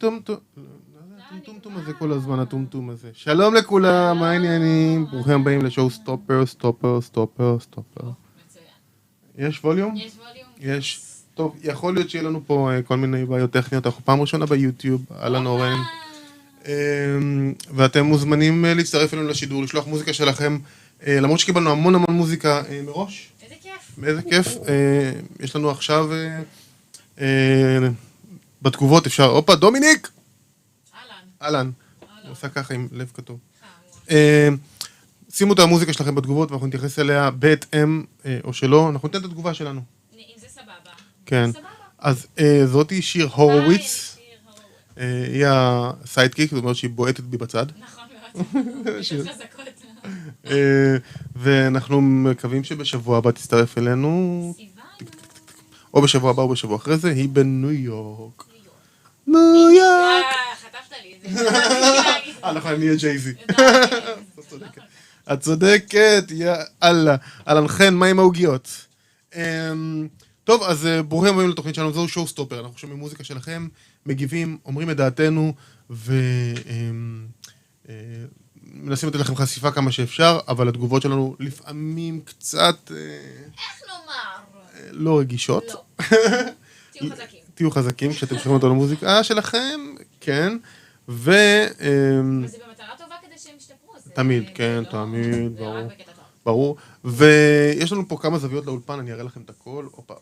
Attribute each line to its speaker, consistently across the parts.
Speaker 1: הטומטום הזה כל הזמן, הטומטום הזה. שלום לכולם, מה העניינים? ברוכים הבאים לשואו סטופר. יש ווליום?
Speaker 2: יש ווליום.
Speaker 1: יש. טוב, יכול להיות שיהיה לנו פה כל מיני בעיות טכניות, אנחנו פעם ראשונה ביוטיוב, אהלן אורן. ואתם מוזמנים להצטרף אלינו לשידור, לשלוח מוזיקה שלכם, למרות שקיבלנו המון מוזיקה מראש.
Speaker 2: איזה כיף.
Speaker 1: איזה כיף. יש לנו עכשיו בתגובות אפשר, הופה, דומיניק! אהלן. הוא עושה ככה עם לב כתוב. שימו את המוזיקה שלכם בתגובות ואנחנו נתייחס אליה בהתאם או שלא, אנחנו ניתן את התגובה שלנו.
Speaker 2: אם זה סבבה.
Speaker 1: כן. אז זאתי שיר הורוביץ. היא הסיידקיק, זאת אומרת שהיא בועטת בי בצד.
Speaker 2: נכון מאוד. יש חזקות.
Speaker 1: ואנחנו מקווים שבשבוע הבא תצטרף אלינו.
Speaker 2: סיוון.
Speaker 1: או בשבוע הבא או בשבוע אחרי זה, היא בניו יורק. ניו יורק!
Speaker 2: חטפת לי את זה.
Speaker 1: נכון, אני אהיה ג'ייזי. את צודקת, יאללה. אהלן חן, מה עם העוגיות? טוב, אז ברוכים הבאים לתוכנית שלנו, זהו שואו סטופר. אנחנו שומעים מוזיקה שלכם, מגיבים, אומרים את דעתנו, מנסים לתת לכם חשיפה כמה שאפשר, אבל התגובות שלנו לפעמים קצת
Speaker 2: איך נאמר?
Speaker 1: לא רגישות.
Speaker 2: לא. תהיו חזקים.
Speaker 1: תהיו חזקים כשאתם שומעים אותו למוזיקה שלכם, כן.
Speaker 2: וזה במטרה טובה כדי שהם ישתפרו.
Speaker 1: תמיד, כן, תמיד,
Speaker 2: זה רק בקטע טוב.
Speaker 1: ברור. ויש לנו פה כמה זוויות לאולפן, אני אראה לכם את הכל. הופה.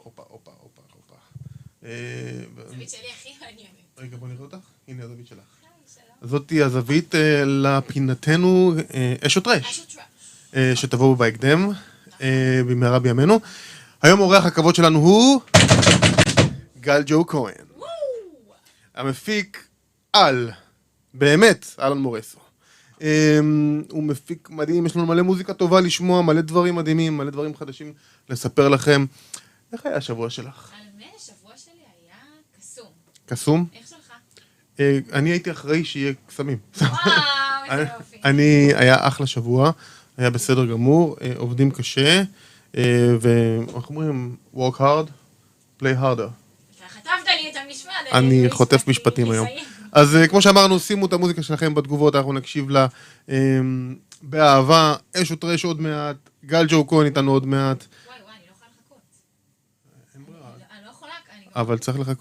Speaker 2: זווית שלי הכי מעניינת.
Speaker 1: רגע, בוא נראה אותך. הנה הזווית שלך. זאתי הזווית לפינתנו אשות רש. שתבואו בהקדם, במהרה בימינו. היום אורח הכבוד שלנו הוא גל ג'ו כהן. המפיק על, באמת, אלן מורסו. הוא מפיק מדהים, יש לנו מלא מוזיקה טובה לשמוע, מלא דברים מדהימים, מלא דברים חדשים לספר לכם. איך היה השבוע שלך?
Speaker 2: השבוע שלי היה קסום.
Speaker 1: קסום?
Speaker 2: איך שלך?
Speaker 1: אני הייתי אחראי שיהיה קסמים.
Speaker 2: וואו, איזה יופי.
Speaker 1: היה אחלה שבוע, היה בסדר גמור, עובדים קשה, ואנחנו אומרים, work hard, play harder.
Speaker 2: חטפת לי את המשפט.
Speaker 1: אני חוטף משפטים היום. אז כמו שאמרנו, שימו את המוזיקה שלכם בתגובות, אנחנו נקשיב לה באהבה, אשות רש עוד מעט, גל ג'ו כהן איתנו עוד מעט.
Speaker 2: וואי, אני לא יכולה לחכות.
Speaker 1: אין ברירה.
Speaker 2: אני לא יכולה,
Speaker 1: אבל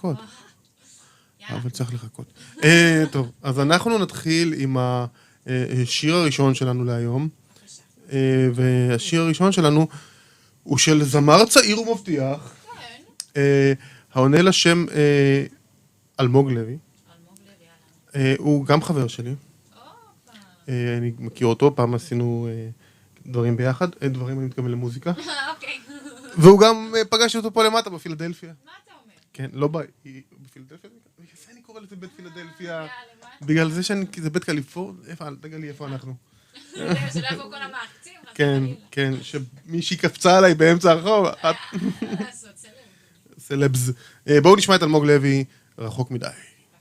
Speaker 1: צריך לחכות. טוב, אז אנחנו נתחיל עם השיר הראשון שלנו להיום. והשיר הראשון שלנו הוא של זמר צעיר ומבטיח.
Speaker 2: כן.
Speaker 1: העונה לשם אלמוג לוי. הוא גם חבר שלי. אני מכיר אותו, פעם עשינו דברים ביחד, דברים אני מתכוון למוזיקה.
Speaker 2: אוקיי.
Speaker 1: והוא גם פגש אותו פה למטה בפילדלפיה.
Speaker 2: מה אתה אומר?
Speaker 1: כן, לא בפילדלפיה? יפה, אני קורא לזה בית פילדלפיה. בגלל זה זה בית קליפורניה, תגלי איפה אנחנו.
Speaker 2: שלא יבואו כל המעקצים.
Speaker 1: כן, שמישהי קפצה עליי באמצע הרחוב.
Speaker 2: לעשות
Speaker 1: סלבס. בואו נשמע את אלמוג לוי, רחוק מדי.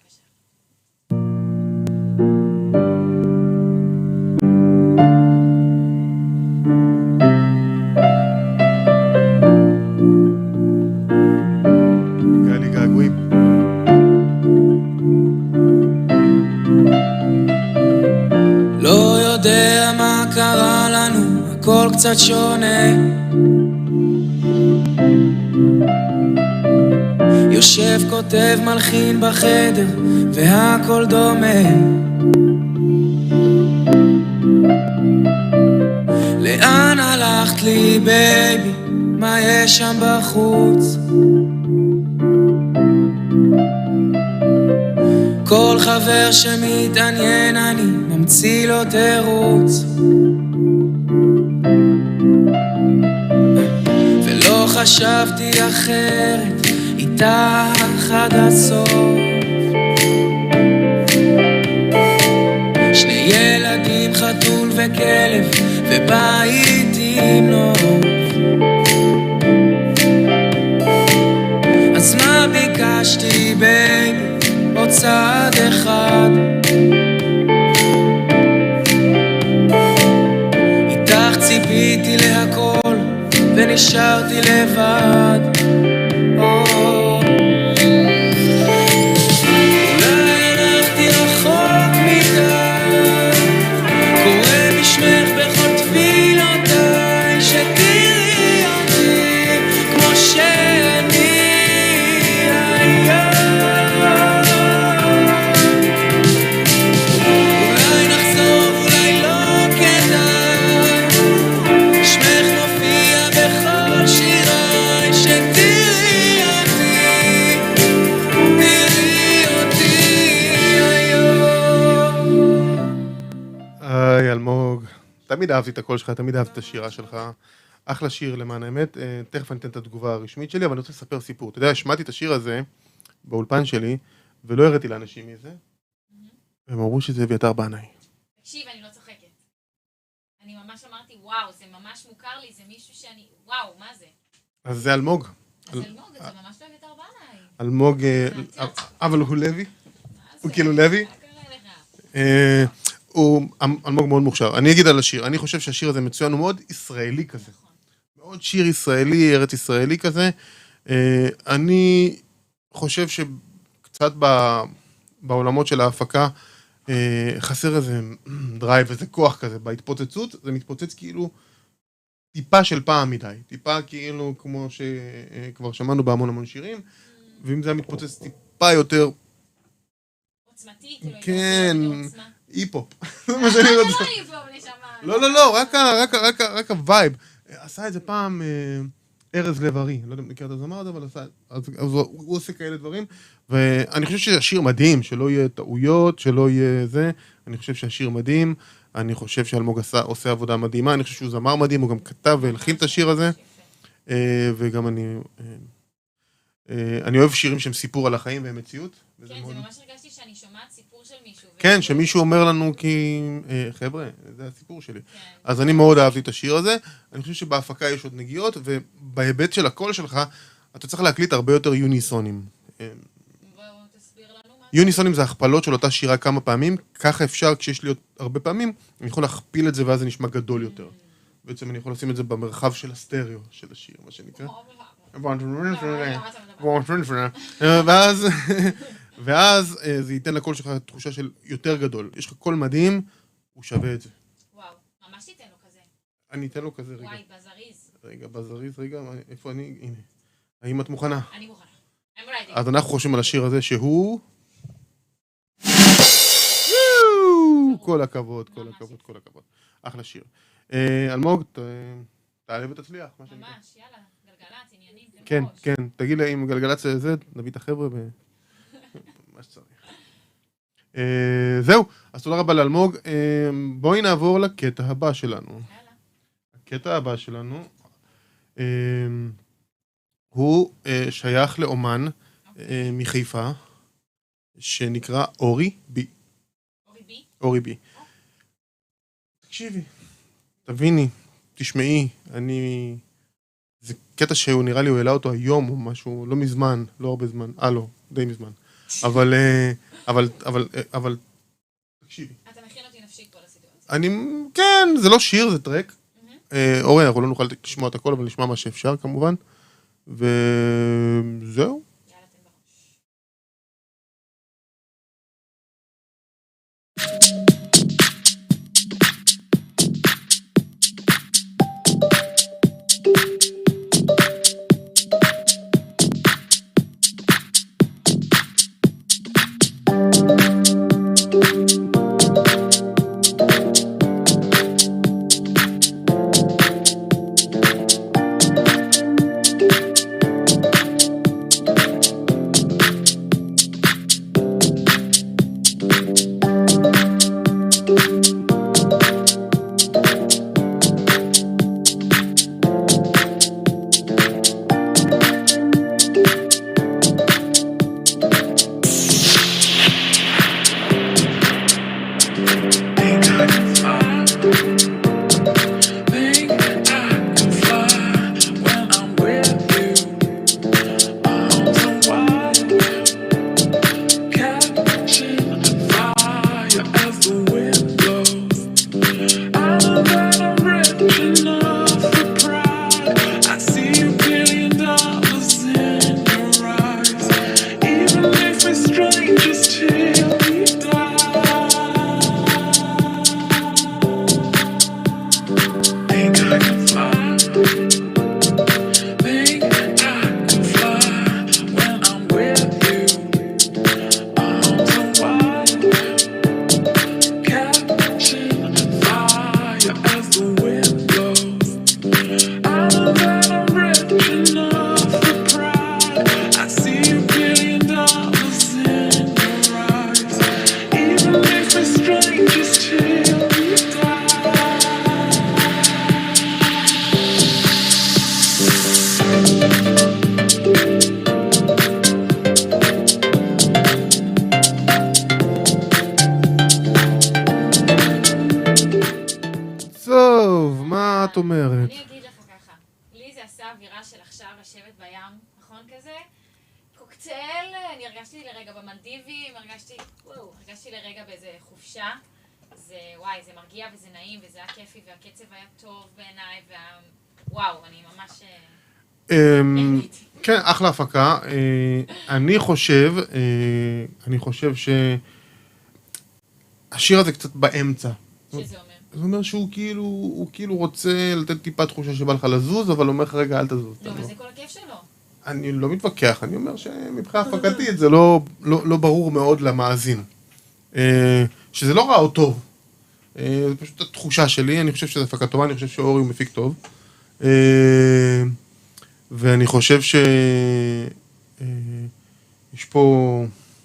Speaker 1: גלי געגועים.
Speaker 3: לא יודע מה קרה לנו, הכל קצת שונה. יושב כותב מלחין בחדר והכל דומה. לאן הלכת לי בייבי, מה יש שם בחוץ? כל חבר שמתעניין אני ממציא לו תירוץ. ולא חשבתי אחרת איתך עד הסוף. שני ילדים, חתול וכלב, ובית עם נוף. אז מה ביקשתי בייבי, עוד צעד אחד. איתך ציפיתי להכל ונשארתי לבד. אולי
Speaker 1: תמיד אהבתי את הקול שלך, תמיד אהבתי את השירה שלך. אחלה שיר למען האמת. תכף אני אתן את התגובה הרשמית שלי, אבל אני רוצה לספר סיפור. אתה יודע, שמעתי את השיר הזה באולפן שלי, ולא הראיתי לאנשים מזה. הם אמרו שזה אביתר בנאי.
Speaker 2: תקשיב, אני לא צוחקת. אני ממש אמרתי, וואו, זה ממש מוכר לי, זה מישהו שאני, וואו, מה זה?
Speaker 1: אז זה אלמוג.
Speaker 2: אז אלמוג, זה ממש לא אביתר בנאי.
Speaker 1: אלמוג, אבל הוא לוי? הוא כאילו לוי?
Speaker 2: מה קרה לך?
Speaker 1: הוא אלמוג מאוד מוכשר. אני אגיד על השיר, אני חושב שהשיר הזה מצוין, הוא מאוד ישראלי כזה. מאוד שיר ישראלי, ארץ ישראלי כזה. אני חושב שקצת בעולמות של ההפקה, חסר איזה דרייב, איזה כוח כזה. בהתפוצצות, זה מתפוצץ כאילו טיפה של פעם מדי. טיפה כאילו כמו שכבר שמענו בהמון שירים, ואם זה היה מתפוצץ טיפה יותר...
Speaker 2: עוצמתי, כאילו,
Speaker 1: כן,
Speaker 2: עוצמה.
Speaker 1: אי-פופ. זה מה שאני רוצה.
Speaker 2: לא איפה, נשמה.
Speaker 1: לא, רק הווייב. עשה את זה פעם ארז לב-ארי, לא יודע אם מכיר את הזמר הזה, אבל אז הוא עושה כאלה דברים, ואני חושב שהשיר מדהים, שלא יהיה טעויות, שלא יהיה זה, אני חושב שהשיר מדהים, אני חושב שאלמוג עושה עבודה מדהימה, אני חושב שהוא זמר מדהים, הוא גם כתב והלחין את השיר הזה, וגם אני אוהב שירים שהם סיפור על החיים והם מציאות.
Speaker 2: כן, זה ממש הרגשתי שאני שומעת סיפור של מישהו.
Speaker 1: כן, שמישהו אומר לנו כי, חבר'ה, זה הסיפור שלי. אז אני מאוד אהבתי את השיר הזה, אני חושב שבהפקה יש עוד נגיעות, ובהיבט של הקול שלך, אתה צריך להקליט הרבה יותר יוניסונים.
Speaker 2: בואו תסביר לנו מה.
Speaker 1: יוניסונים זה הכפלות של אותה שירה כמה פעמים, ככה אפשר, כשיש לי עוד הרבה פעמים, אני יכול להכפיל את זה ואז זה נשמע גדול יותר. בעצם אני יכול לשים את זה במרחב של הסטריאו של השיר, מה שנקרא. ואז זה ייתן לקול שלך תחושה של יותר גדול. יש לך קול מדהים, הוא שווה את זה.
Speaker 2: וואו, ממש תיתן לו כזה.
Speaker 1: אני אתן לו כזה רגע.
Speaker 2: וואי, בזריז.
Speaker 1: בזריז, איפה אני? הנה. האם את מוכנה?
Speaker 2: אני מוכנה. I'm ready.
Speaker 1: אז אנחנו חושבים על השיר הזה שהוא... כל הכבוד. אחלה שיר. אלמוג, תעלה ותצליח, מה שנקרא.
Speaker 2: ממש, יאללה, גלגלצ, עניינים.
Speaker 1: כן, תגיד לי אם גלגלצ זה, נביא את החבר'ה מה שצריך. זהו, אז תודה רבה לאלמוג. בואי נעבור לקטע הבא שלנו.
Speaker 2: יאללה.
Speaker 1: הקטע הבא שלנו הוא שייך לאומן מחיפה, שנקרא אורי בי.
Speaker 2: אורי בי?
Speaker 1: אורי בי. תקשיבי, תביני, תשמעי, זה קטע שהוא נראה לי, הוא העלה אותו היום או משהו, לא מזמן, לא הרבה זמן, לא, די מזמן. אבל, תקשיבי.
Speaker 2: אתה מכין אותי נפשית פה לסיטואציה.
Speaker 1: כן, זה לא שיר, זה טרק. אורי, אנחנו לא נוכל לשמוע את הכל, אבל נשמע מה שאפשר כמובן. וזהו.
Speaker 2: יאללה, תן בראש. האווירה של עכשיו לשבת בים, נכון כזה? קוקטייל, אני הרגשתי לרגע במלדיבים, הרגשתי לרגע באיזה חופשה. זה, וואי, זה מרגיע וזה נעים וזה היה כיפי והקצב היה טוב בעיניי וואו, אני ממש...
Speaker 1: כן, אחלה הפקה. אני חושב שהשיר הזה קצת באמצע.
Speaker 2: שזה אומר?
Speaker 1: זה אומר שהוא כאילו רוצה לתת טיפה תחושה שבא לך לזוז, אבל אומר לך רגע אל תזוז.
Speaker 2: לא, אבל זה כל הכיף שלו.
Speaker 1: אני לא מתווכח, אני אומר שמבחינה הפקתית זה לא ברור מאוד למאזין. שזה לא רע או טוב. זה פשוט התחושה שלי, אני חושב שזה הפקה טובה, אני חושב שאורי הוא מפיק טוב. ואני חושב יש פה...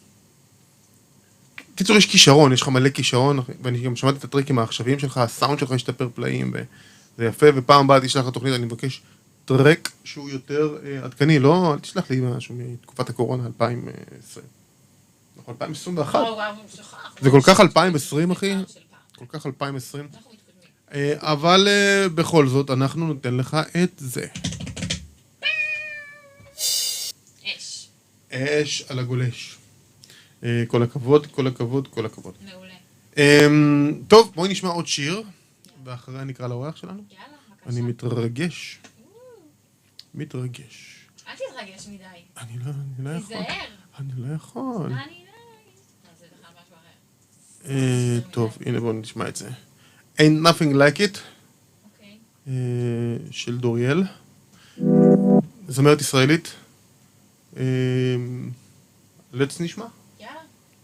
Speaker 1: קיצור, יש כישרון, יש לך מלא כישרון, ואני גם שמעתי את הטריקים העכשוויים שלך, הסאונד שלך השתפר פלאים, וזה יפה, ופעם הבאה תשלח לתוכנית, אני מבקש טרק שהוא יותר עדכני, לא, אל תשלח לי משהו מתקופת הקורונה 2020. נכון, 2021. זה כל כך 2020, אחי? כל כך 2020. אבל בכל זאת, אנחנו ניתן לך את זה. אש על הגולש. כל הכבוד, כל הכבוד, כל הכבוד.
Speaker 2: מעולה.
Speaker 1: טוב, בואי נשמע עוד שיר, ואחריה נקרא לאורח שלנו.
Speaker 2: יאללה, בבקשה.
Speaker 1: אני מתרגש. מתרגש.
Speaker 2: אל תתרגש מדי.
Speaker 1: אני לא יכול.
Speaker 2: תיזהר.
Speaker 1: אני לא יכול.
Speaker 2: זה בכלל משהו אחר.
Speaker 1: טוב, הנה בואו נשמע את זה. Ain't Nothing Like It,
Speaker 2: אוקיי.
Speaker 1: של דוריאל. זמרת ישראלית. let's נשמע.
Speaker 2: יאללה.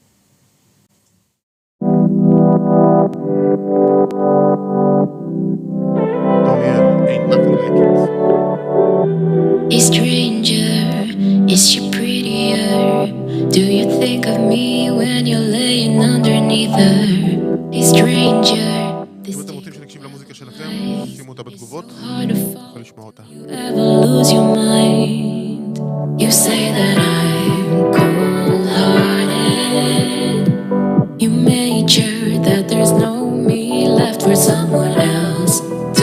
Speaker 1: דוריאל, Ain't Nothing Like It.
Speaker 4: A stranger, is she prettier? Do you think of me when you're laying underneath her? A stranger, this
Speaker 1: אם אתם רוצים שנקשיב למוזיקה שלכם, שימו אותה בתגובות,
Speaker 4: hard to
Speaker 1: נוכל
Speaker 4: fall.
Speaker 1: לשמוע אותה.
Speaker 4: You ever lose your mind? You say that I'm cold-hearted. You made sure that there's no me left for someone else to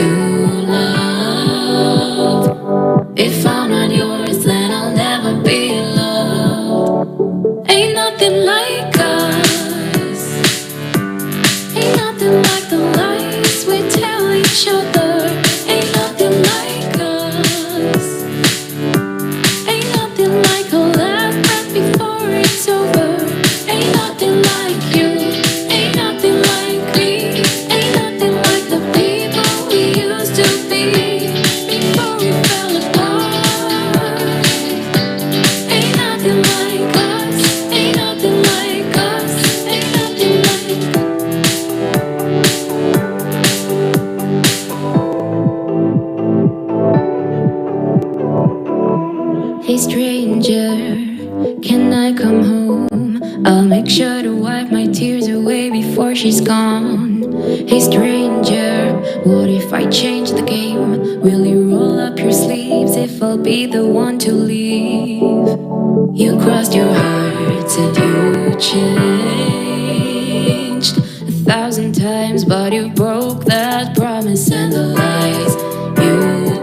Speaker 4: love. If I'm not yours, then I'll never be loved. Ain't nothing like us. Ain't nothing like the lies we tell each other. Ain't nothing like us. Ain't nothing like a last breath before it's over. Ain't nothing like you. Ain't nothing like me. Ain't nothing like the people we used to be before we fell apart. Ain't nothing like us. Ain't nothing like us. Ain't nothing like. Hey stranger, can I come home? I'll make sure to wipe my tears away before she's gone. Hey stranger, what if I change the game? Will you roll up your sleeves if I'll be the one to leave? You crossed your heart and you changed 1,000 times, but you broke that promise and the lies you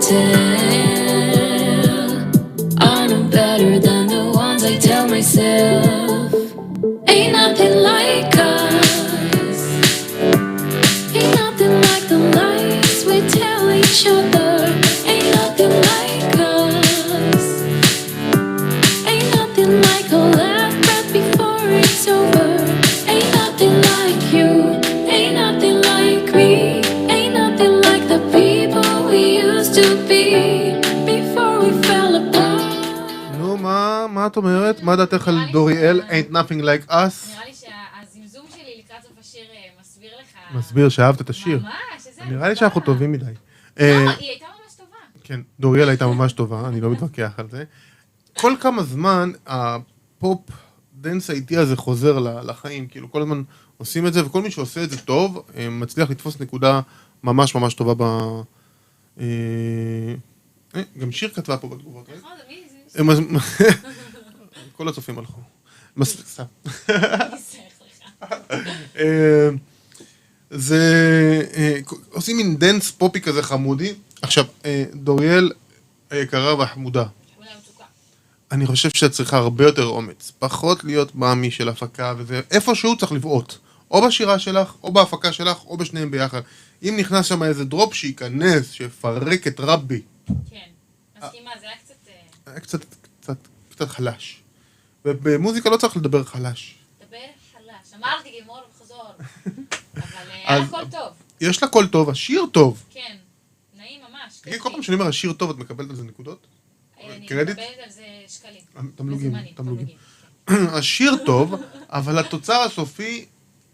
Speaker 4: tell are no better than the ones I tell myself. Ain't nothing like us. Ain't nothing like the lies we tell each other. Ain't nothing like us. Ain't nothing like a last breath before it's over. Ain't nothing like you. Ain't nothing like me. Ain't nothing like the people we used to be before we fell apart.
Speaker 1: נו, מה את אומרת? מה דעתך על דוריאל, Ain't Nothing Like Us?
Speaker 2: נראה לי שהזמזום שלי לקראת סוף השיר מסביר לך...
Speaker 1: מסביר שאהבת את השיר.
Speaker 2: ממש, איזה...
Speaker 1: נראה לי שאנחנו טובים מדי.
Speaker 2: לא, היא הייתה ממש טובה.
Speaker 1: כן, דוריאל הייתה ממש טובה, אני לא מתווכח על זה. כל כמה זמן הפופ דנס האיטי הזה חוזר לחיים, כאילו כל הזמן עושים את זה, וכל מי שעושה את זה טוב, מצליח לתפוס נקודה ממש ממש טובה גם שיר כתבה פה בתגובות.
Speaker 2: נכון, זה מי?
Speaker 1: כל הצופים הלכו. סתם. זה... עושים מין דנס פופי כזה חמודי. עכשיו, דוריאל היקרה והחמודה.
Speaker 2: חמודה מתוקה.
Speaker 1: אני חושב שאת צריכה הרבה יותר אומץ. פחות להיות מאמי של הפקה, וזה איפשהו צריך לבעוט. או בשירה שלך, או בהפקה שלך, או בשניהם ביחד. אם נכנס שם איזה דרופ שייכנס, שיפרק את רבי.
Speaker 2: כן. מסכימה, זה היה קצת...
Speaker 1: היה קצת חלש. ובמוזיקה לא צריך לדבר חלש.
Speaker 2: דבר חלש. אמרתי גמור וחזור. אבל
Speaker 1: אז-
Speaker 2: היה הכל טוב.
Speaker 1: יש לה קול טוב, השיר טוב.
Speaker 2: כן. נעים ממש.
Speaker 1: תגיד, כל פעם שאני אומר השיר טוב, את מקבלת על זה נקודות?
Speaker 2: אני
Speaker 1: קרדיט?
Speaker 2: מקבלת על זה שקלים.
Speaker 1: תמלוגים,
Speaker 2: מזומנים,
Speaker 1: תמלוגים.
Speaker 2: כן.
Speaker 1: השיר טוב, אבל התוצר הסופי,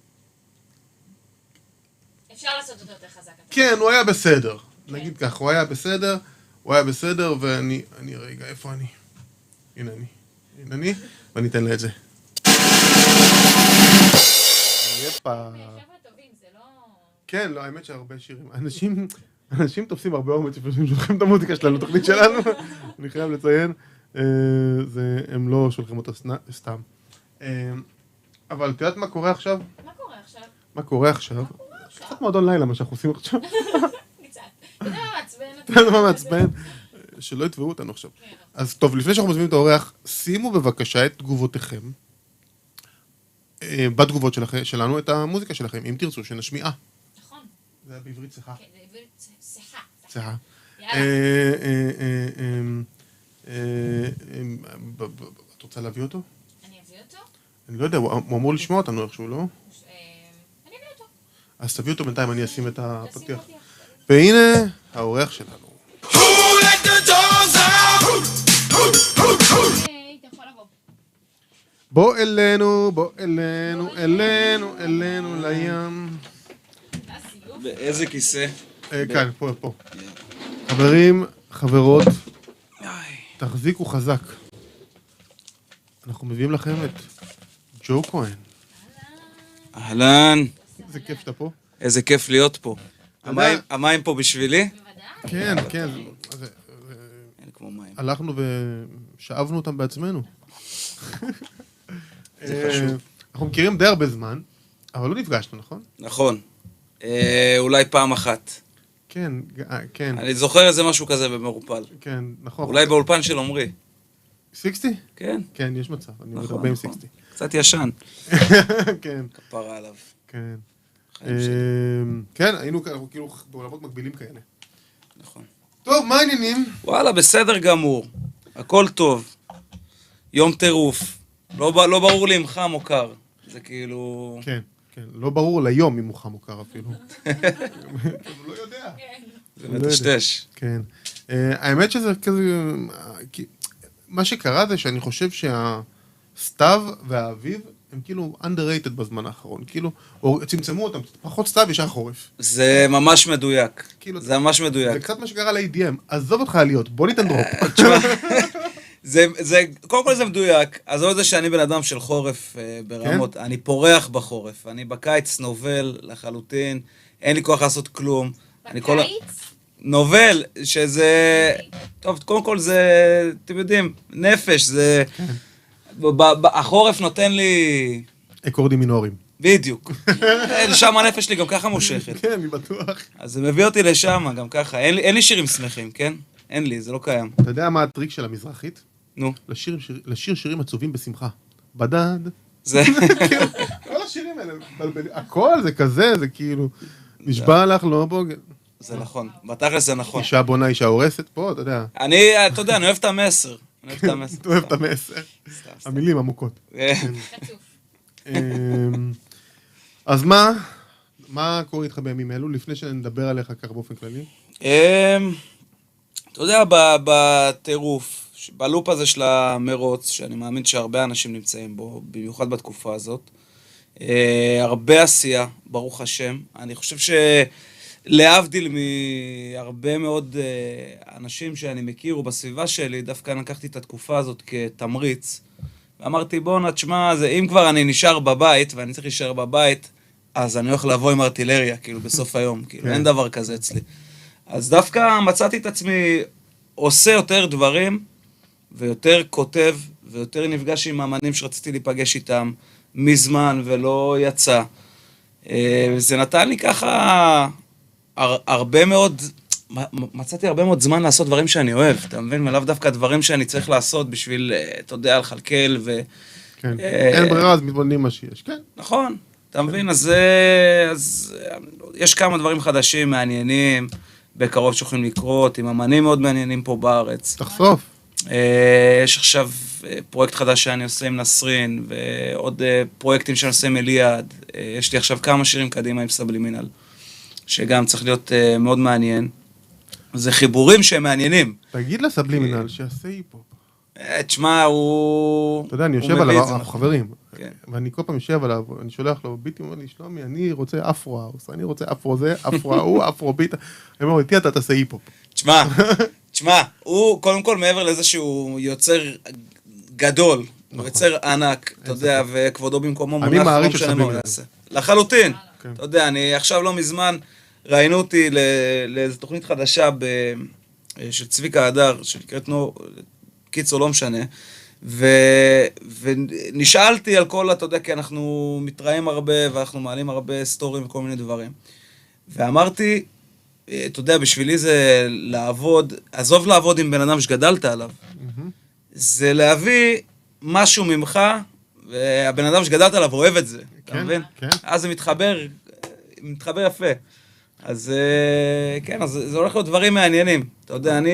Speaker 2: אפשר לעשות אותו יותר חזק.
Speaker 1: כן, הוא היה בסדר. נגיד כך, הוא היה בסדר, ואני, רגע, איפה אני? הנה אני, ואני אתן לה את זה. יפה.
Speaker 2: חבר'ה טובים, זה לא...
Speaker 1: כן, לא, האמת שהרבה שירים. אנשים תופסים הרבה אומץ שפשוט שולחים את המוזיקה שלנו, תוכנית שלנו. אני חייב לציין, הם לא שולחים אותה סתם. אבל את יודעת מה קורה עכשיו?
Speaker 2: מה קורה עכשיו?
Speaker 1: מה קורה עכשיו? קצת מועדון לילה, מה שאנחנו עושים עכשיו.
Speaker 2: קצת. אתה יודע מה מעצבן?
Speaker 1: אתה יודע מה מעצבן? שלא יתבעו אותנו עכשיו.
Speaker 2: כן.
Speaker 1: אז טוב, לפני שאנחנו מזמינים את האורח, שימו בבקשה את תגובותיכם, בתגובות שלנו, את המוזיקה שלכם, אם תרצו שנשמיעה.
Speaker 2: נכון.
Speaker 1: זה היה בעברית שיחה.
Speaker 2: כן, זה עברית שיחה.
Speaker 1: שיחה.
Speaker 2: יאללה.
Speaker 1: את רוצה להביא אותו?
Speaker 2: אני אביא אותו?
Speaker 1: אני לא יודע, הוא אמור לשמוע אותנו איכשהו, לא?
Speaker 2: אני אביא אותו.
Speaker 1: אז תביא אותו בינתיים, אני אשים את
Speaker 2: תשים
Speaker 1: הפתיח.
Speaker 2: אותי.
Speaker 1: והנה האורח שלנו.
Speaker 3: Who let the dogs out?
Speaker 2: היי, אתה יכול לבוא.
Speaker 1: בוא אלינו לים.
Speaker 2: הסיוף.
Speaker 5: באיזה כיסא?
Speaker 1: כאן, פה. חברים, חברות, תחזיקו חזק. אנחנו מביאים לכם את ג'ו כהן.
Speaker 5: אהלן,
Speaker 1: איזה כיף שאתה פה.
Speaker 5: איזה כיף להיות פה.
Speaker 1: יודע-
Speaker 5: המים פה בשבילי?
Speaker 2: בוודאי.
Speaker 1: כן.
Speaker 5: אין כמו מים.
Speaker 1: הלכנו ושאבנו אותם בעצמנו.
Speaker 5: זה חשוב.
Speaker 1: אנחנו מכירים די הרבה זמן, אבל לא נפגשנו, נכון?
Speaker 5: נכון. אולי פעם אחת.
Speaker 1: כן,
Speaker 5: אני זוכר איזה משהו כזה במעורפל.
Speaker 1: כן, נכון.
Speaker 5: אולי באולפן של עמרי.
Speaker 1: 60?
Speaker 5: כן,
Speaker 1: כן, יש מצב, אני עוד
Speaker 5: נכון,
Speaker 1: הרבה עם
Speaker 5: נכון.
Speaker 1: 60.
Speaker 5: קצת ישן.
Speaker 1: כן,
Speaker 5: כפרה עליו.
Speaker 1: כן.
Speaker 5: חיים שלי.
Speaker 1: כן, היינו כאילו בעולמות מקבילים כאלה.
Speaker 5: נכון.
Speaker 1: טוב, מה העניינים?
Speaker 5: וואלה, בסדר גמור. הכל טוב. יום טירוף. לא ברור לי אם חם או קר. זה כאילו...
Speaker 1: כן, לא ברור ליום אם הוא חם או קר אפילו. הוא לא יודע.
Speaker 5: זה מטשטש.
Speaker 1: כן. האמת שזה כזה... מה שקרה זה שאני חושב שהסתיו והאביב הם כאילו underrated בזמן האחרון. כאילו, צמצמו אותם. פחות סתיו ישר חורף.
Speaker 5: זה ממש מדויק.
Speaker 1: כאילו,
Speaker 5: זה ממש
Speaker 1: זה
Speaker 5: מדויק.
Speaker 1: קצת מה שקרה ל-ADM. עזוב אותך עליות, בוא ניתן דרופ.
Speaker 5: קודם כל זה מדויק, אז לא זה שאני בן אדם של חורף ברמות, אני פורח בחורף, אני בקיץ נובל לחלוטין, אין לי כוח לעשות כלום.
Speaker 2: בקיץ?
Speaker 5: נובל, שזה, טוב, קודם כל זה, אתם יודעים, נפש, זה, החורף נותן לי,
Speaker 1: אקורדים מינוריים.
Speaker 5: בדיוק, שם הנפש שלי גם ככה מושכת,
Speaker 1: כן, אני בטוח.
Speaker 5: אז זה מביא אותי לשם גם ככה, אין לי שירים שמחים, כן? אין לי, זה לא קיים.
Speaker 1: אתה יודע מה הטריק של המזרחית?
Speaker 5: נו,
Speaker 1: לשיר שירים עצובים בשמחה. בדד.
Speaker 5: זה...
Speaker 1: כל השירים האלה, הכל זה כזה, זה כאילו, נשבע לך, לא בוגד.
Speaker 5: זה נכון, בתכל'ס זה נכון.
Speaker 1: אישה בונה, אישה הורסת פה, אתה יודע.
Speaker 5: אתה יודע, אני אוהב את המסר. אני אוהב את המסר.
Speaker 1: אתה אוהב את המסר.
Speaker 5: סתם.
Speaker 1: המילים עמוקות.
Speaker 2: חצוף.
Speaker 1: אז מה קורה איתך בימים אלו, לפני שנדבר עליך ככה באופן כללי?
Speaker 5: אתה יודע, בטירוף, בלופ הזה של המרוץ, שאני מאמין שהרבה אנשים נמצאים בו, במיוחד בתקופה הזאת, הרבה עשייה, ברוך השם. אני חושב שלהבדיל מהרבה מאוד אנשים שאני מכיר ובסביבה שלי, דווקא לקחתי את התקופה הזאת כתמריץ, ואמרתי, בוא תשמע, אם כבר אני נשאר בבית, ואני צריך להישאר בבית, אז אני הולך לבוא עם ארטילריה, כאילו, בסוף היום, כאילו, אין דבר כזה אצלי. אז דווקא מצאתי את עצמי עושה יותר דברים, ויותר כותב, ויותר נפגש עם אמנים שרציתי להיפגש איתם מזמן ולא יצא. זה נתן לי ככה הרבה מאוד מצאתי הרבה מאוד זמן לעשות דברים שאני אוהב, אתה מבין? ולאו דווקא דברים שאני צריך לעשות בשביל, אתה יודע, לחלקל
Speaker 1: כן. אין ברירה, אז מתבוננים מה שיש, כן.
Speaker 5: נכון, אתה מבין? אז יש כמה דברים חדשים, מעניינים, בקרוב שיכולים לקרות, עם אמנים מאוד מעניינים פה בארץ.
Speaker 1: תחשוף.
Speaker 5: יש עכשיו פרויקט חדש שאני עושה עם נסרין, ועוד פרויקטים שאני עושה עם אליעד. יש לי עכשיו כמה שירים קדימה עם סבלימינל, שגם צריך להיות מאוד מעניין. זה חיבורים שהם מעניינים.
Speaker 1: תגיד לסבלימינל שיעשה היפ-הופ.
Speaker 5: תשמע, הוא...
Speaker 1: אתה יודע, אני יושב עליו, אנחנו חברים,
Speaker 5: כן.
Speaker 1: ואני כל פעם יושב עליו, אני שולח לו, ביטי אומר לי, שלומי, אני רוצה אפרו-האוס, אני רוצה אפרו זה, אפרו-ההוא, אפרו-ביט. אני אומר, איתי אתה תעשה היפ-הופ.
Speaker 5: תשמע, הוא קודם כל מעבר לזה שהוא יוצר גדול, הוא יוצר ענק, אתה יודע, וכבודו במקומו מונח,
Speaker 1: אני מעריך
Speaker 5: לא משנה מה הוא יעשה. לחלוטין. אתה יודע, אני עכשיו לא מזמן, ראיינו אותי לאיזו תוכנית חדשה של צביקה הדר, שנקראת קיצור לא משנה, ונשאלתי על כל, אתה יודע, כי אנחנו מתראים הרבה, ואנחנו מעלים הרבה סטורים וכל מיני דברים. ואמרתי, אתה יודע, בשבילי זה לעבוד, עזוב לעבוד עם בן אדם שגדלת עליו, זה להביא משהו ממך, והבן אדם שגדלת עליו אוהב את זה, אתה מבין? אז זה מתחבר יפה. אז כן, אז זה הולך להיות דברים מעניינים. אתה יודע, אני...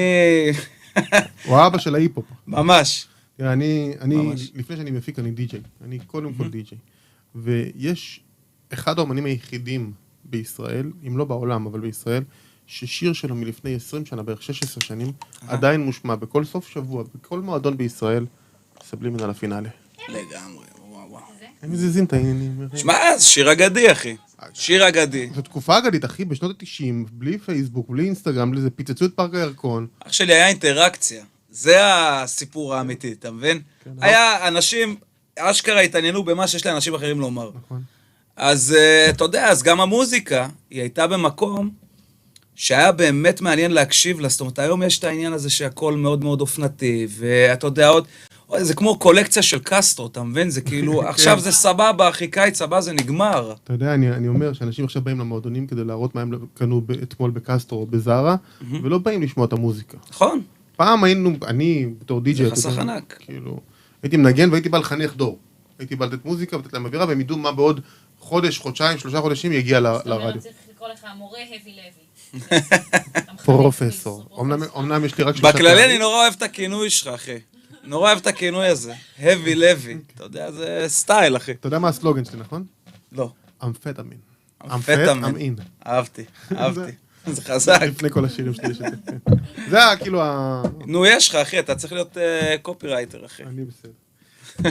Speaker 1: הוא האבא של ההיפ-הופ.
Speaker 5: ממש.
Speaker 1: אני, לפני שאני מפיק, אני די-ג'יי. אני קודם כל די-ג'יי. ויש אחד האמנים היחידים בישראל, אם לא בעולם, אבל בישראל, ששיר שלו מלפני 20 שנה, בערך 16 שנים, עדיין מושמע בכל סוף שבוע, בכל מועדון בישראל, סבלימינל הפינאלה.
Speaker 5: לגמרי, וואו.
Speaker 1: הם מזיזים את העניינים.
Speaker 5: שמע, זה שיר אגדי, אחי. שיר אגדי.
Speaker 1: זו תקופה אגדית, אחי, בשנות ה-90, בלי פייסבוק, בלי אינסטגרם, בלי זה, פיצצו את פארק הירקון.
Speaker 5: אח שלי היה אינטראקציה. זה הסיפור האמיתי, אתה מבין? היה אנשים, אשכרה התעניינו במה שיש לאנשים אחרים לומר.
Speaker 1: נכון.
Speaker 5: אז אתה יודע, אז גם המוזיקה, היא הייתה במקום שהיה באמת מעניין להקשיב לה. זאת אומרת, היום יש את העניין הזה שהכל מאוד מאוד אופנתי, ואתה יודע עוד, זה כמו קולקציה של קסטרו, אתה מבין? זה כאילו, עכשיו זה סבבה, אחי קיץ הבא זה נגמר.
Speaker 1: אתה יודע, אני אומר שאנשים עכשיו באים למועדונים כדי להראות מה הם קנו אתמול בקסטרו או בזארה, ולא באים לשמוע את המוזיקה.
Speaker 5: נכון.
Speaker 1: פעם היינו, אני בתור די-ג'יי,
Speaker 5: זה חסך ענק.
Speaker 1: כאילו, הייתי מנגן והייתי בא לחנך דור. הייתי בא לתת מוזיקה ולתת להם אווירה, והם ידעו מה בעוד חודש, חודשיים, 3 חודשים יגיע לרדיו.
Speaker 2: זאת אומרת, צריך לקרוא לך מורה הבי לוי.
Speaker 1: פרופסור. אמנם יש לי רק 3
Speaker 5: בכללי אני נורא אוהב את הכינוי שלך, אחי. נורא אוהב את הכינוי הזה. הבי לוי. אתה יודע, זה סטייל, אחי.
Speaker 1: אתה יודע מה הסלוגן שלי, נכון?
Speaker 5: לא.
Speaker 1: אמפטמין.
Speaker 5: אמפטמין. אהבתי. זה חזק.
Speaker 1: לפני כל השירים שלי יש את זה. זה היה כאילו
Speaker 5: נו, יש לך, אחי, אתה צריך להיות קופירייטר, אחי.
Speaker 1: אני בסדר.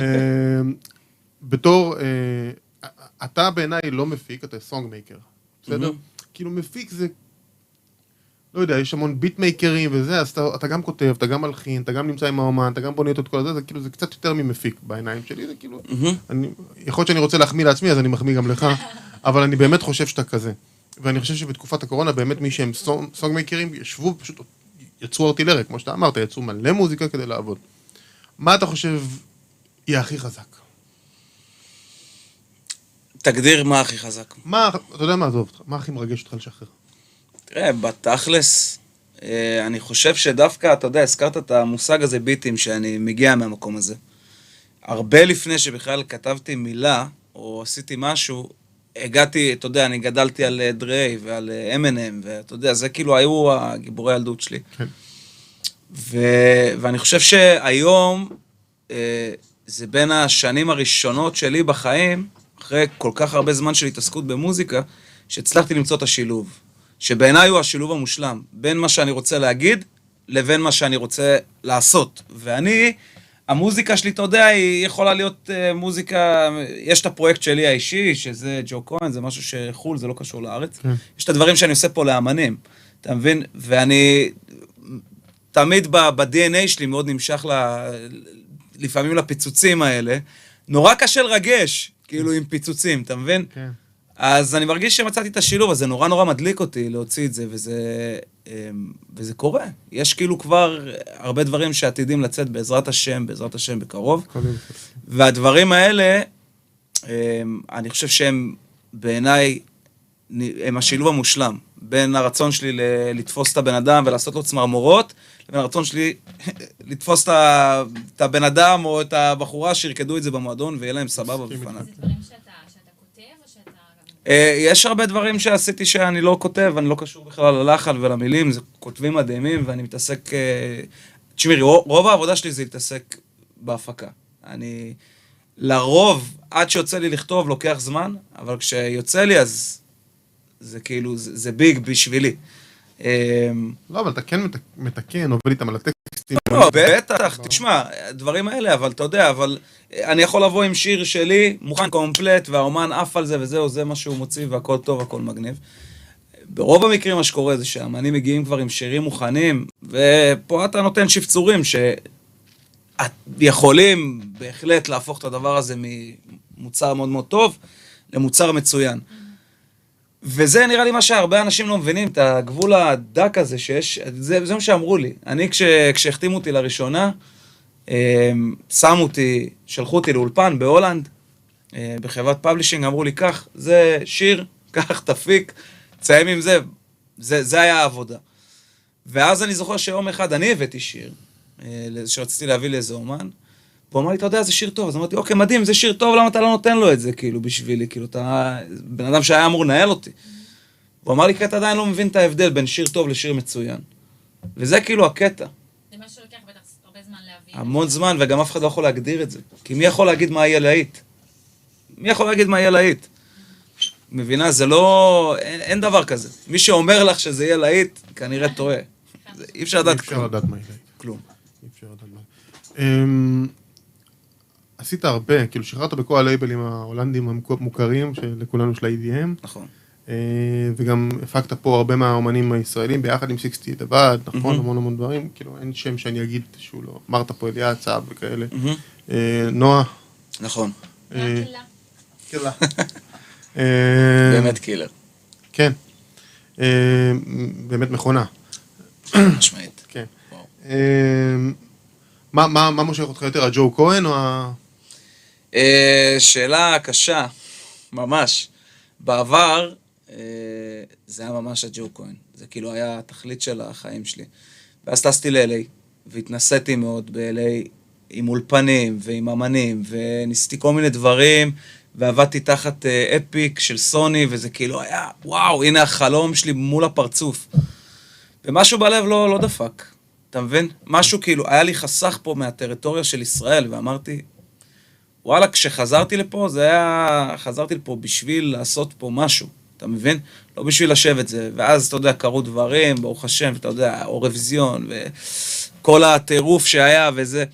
Speaker 1: בתור, אתה בעיניי לא מפיק, אתה סונג מייקר. בסדר? כאילו מפיק זה, לא יודע, יש המון ביט מייקרים וזה, אז אתה גם כותב, אתה גם מלחין, אתה גם נמצא עם האומן, אתה גם בונה את כל זה, זה כאילו, זה קצת יותר ממפיק בעיניים שלי, זה כאילו, יכול להיות שאני רוצה להחמיא לעצמי, אז אני מחמיא גם לך, אבל אני באמת חושב שאתה כזה. ואני חושב שבתקופת הקורונה, באמת מי שהם סונג מייקרים, ישבו ופשוט יצרו ארטילריה, כמו שאתה אמרת, יצרו מלא מוזיקה כדי לעבוד. מה אתה חושב יהיה הכי חזק?
Speaker 5: תגדיר מה הכי חזק.
Speaker 1: אתה יודע מה, עזוב אותך, מה הכי מרגש אותך לשחרר?
Speaker 5: תראה, בתכלס, אני חושב שדווקא, אתה יודע, הזכרת את המושג הזה ביטים, שאני מגיע מהמקום הזה. הרבה לפני שבכלל כתבתי מילה, או עשיתי משהו, הגעתי, אתה יודע, אני גדלתי על דריי ועל M&M, ואתה יודע, זה כאילו היו הגיבורי הילדות שלי.
Speaker 1: כן.
Speaker 5: ואני חושב שהיום, זה בין השנים הראשונות שלי בחיים, אחרי כל כך הרבה זמן של התעסקות במוזיקה, שהצלחתי למצוא את השילוב. שבעיניי הוא השילוב המושלם, בין מה שאני רוצה להגיד, לבין מה שאני רוצה לעשות. ואני, המוזיקה שלי, אתה יודע, היא יכולה להיות מוזיקה, יש את הפרויקט שלי האישי, שזה ג'ו כהן, זה משהו שחול, זה לא קשור לארץ. יש את הדברים שאני עושה פה לאמנים, אתה מבין? ואני תמיד ב-DNA שלי מאוד נמשך לפעמים לפיצוצים האלה. נורא קשה לרגש, כאילו עם פיצוצים, אתה מבין?
Speaker 1: כן.
Speaker 5: אז אני מרגיש שמצאתי את השילוב הזה, נורא נורא מדליק אותי להוציא את זה, וזה קורה. יש כאילו כבר הרבה דברים שעתידים לצאת בעזרת השם בקרוב. והדברים האלה, אני חושב שהם בעיניי, הם השילוב המושלם בין הרצון שלי לתפוס את הבן אדם ולעשות לו צמרמורות, לבין הרצון שלי לתפוס את הבן אדם או את הבחורה שירקדו את זה במועדון ויהיה להם סבבה בפניו.
Speaker 2: זה דברים שאתה כותב או שאתה...
Speaker 5: יש הרבה דברים שעשיתי שאני לא כותב, אני לא קשור בכלל ללחן ולמילים, זה כותבים מדהימים ואני מתעסק... תשמעי, רוב העבודה שלי זה להתעסק בהפקה. אני לרוב, עד שיוצא לי לכתוב, לוקח זמן, אבל כשיוצא לי אז זה כאילו, זה ביג בשבילי.
Speaker 1: לא, אבל אתה כן מתקן, עובד איתם על הטקסטים.
Speaker 5: לא, בטח, תשמע, דברים האלה, אבל אתה יודע, אבל אני יכול לבוא עם שיר שלי, מוכן קומפלט, והאומן עף על זה וזהו, זה מה שהוא מוציא, והכל טוב, הכל מגניב. ברוב המקרים מה שקורה זה שהאמנים מגיעים כבר עם שירים מוכנים, ופה אתה נותן שפצורים שיכולים בהחלט להפוך את הדבר הזה ממוצר מאוד מאוד טוב למוצר מצוין. וזה נראה לי מה שהרבה אנשים לא מבינים, את הגבול הדק הזה שיש, זה מה שאמרו לי. אני כשהחתימו אותי לראשונה, שמו אותי, שלחו אותי לאולפן בהולנד, בחברת פאבלישינג, אמרו לי, כך, זה שיר, כך תפיק, תסיים עם זה, זה היה העבודה. ואז אני זוכר שיום אחד אני הבאתי שיר, שרציתי להביא לאיזה אומן, והוא אמר לי, אתה יודע, זה שיר טוב. אז אמרתי, אוקיי, מדהים, זה שיר טוב, למה אתה לא נותן לו את זה, כאילו, בשבילי, כאילו, אתה בן אדם שהיה אמור לנהל אותי. הוא אמר לי, כי אתה עדיין לא מבין את ההבדל בין שיר טוב לשיר מצוין. וזה כאילו הקטע.
Speaker 2: זה מה שלוקח בטח הרבה זמן להבין.
Speaker 5: המון זמן, וגם אף אחד לא יכול להגדיר את זה. כי מי יכול להגיד מה יהיה להיט? מי יכול להגיד מה יהיה להיט? מבינה, זה לא... אין דבר כזה. מי שאומר לך שזה יהיה להיט, כנראה טועה. אי אפשר לדעת
Speaker 1: אי אפשר לדעת מה יהיה.
Speaker 5: כלום.
Speaker 1: אי אפשר לדעת מה. עשית הרבה, כאילו שחררת בכל הלייבלים ההולנדים המוכרים, שלכולנו יש ל-EDM.
Speaker 5: נכון.
Speaker 1: וגם הפקת פה הרבה מהאומנים הישראלים, ביחד עם 60 לבד, נכון? המון המון דברים. כאילו אין שם שאני אגיד שהוא לא... אמרת פה אליה, צעב וכאלה. נועה.
Speaker 5: נכון.
Speaker 1: קלה.
Speaker 5: באמת קילר.
Speaker 1: כן. באמת מכונה.
Speaker 5: משמעית.
Speaker 1: כן. מה מושך אותך יותר, הג'ו כהן או ה...
Speaker 5: שאלה קשה, ממש. בעבר, זה היה ממש הג'ו כהן. זה כאילו היה התכלית של החיים שלי. ואז טסתי ל-LA, והתנסיתי מאוד ב-LA עם אולפנים ועם אמנים, וניסיתי כל מיני דברים, ועבדתי תחת אפיק של סוני, וזה כאילו היה, וואו, הנה החלום שלי מול הפרצוף. ומשהו בלב לא דפק, אתה מבין? משהו כאילו, היה לי חסך פה מהטריטוריה של ישראל, ואמרתי, וואלה, כשחזרתי לפה, חזרתי לפה בשביל לעשות פה משהו, אתה מבין? לא בשביל לשבת זה, ואז, אתה יודע, קרו דברים, ברוך השם, ואתה יודע, אורוויזיון, וכל הטירוף שהיה, וזה,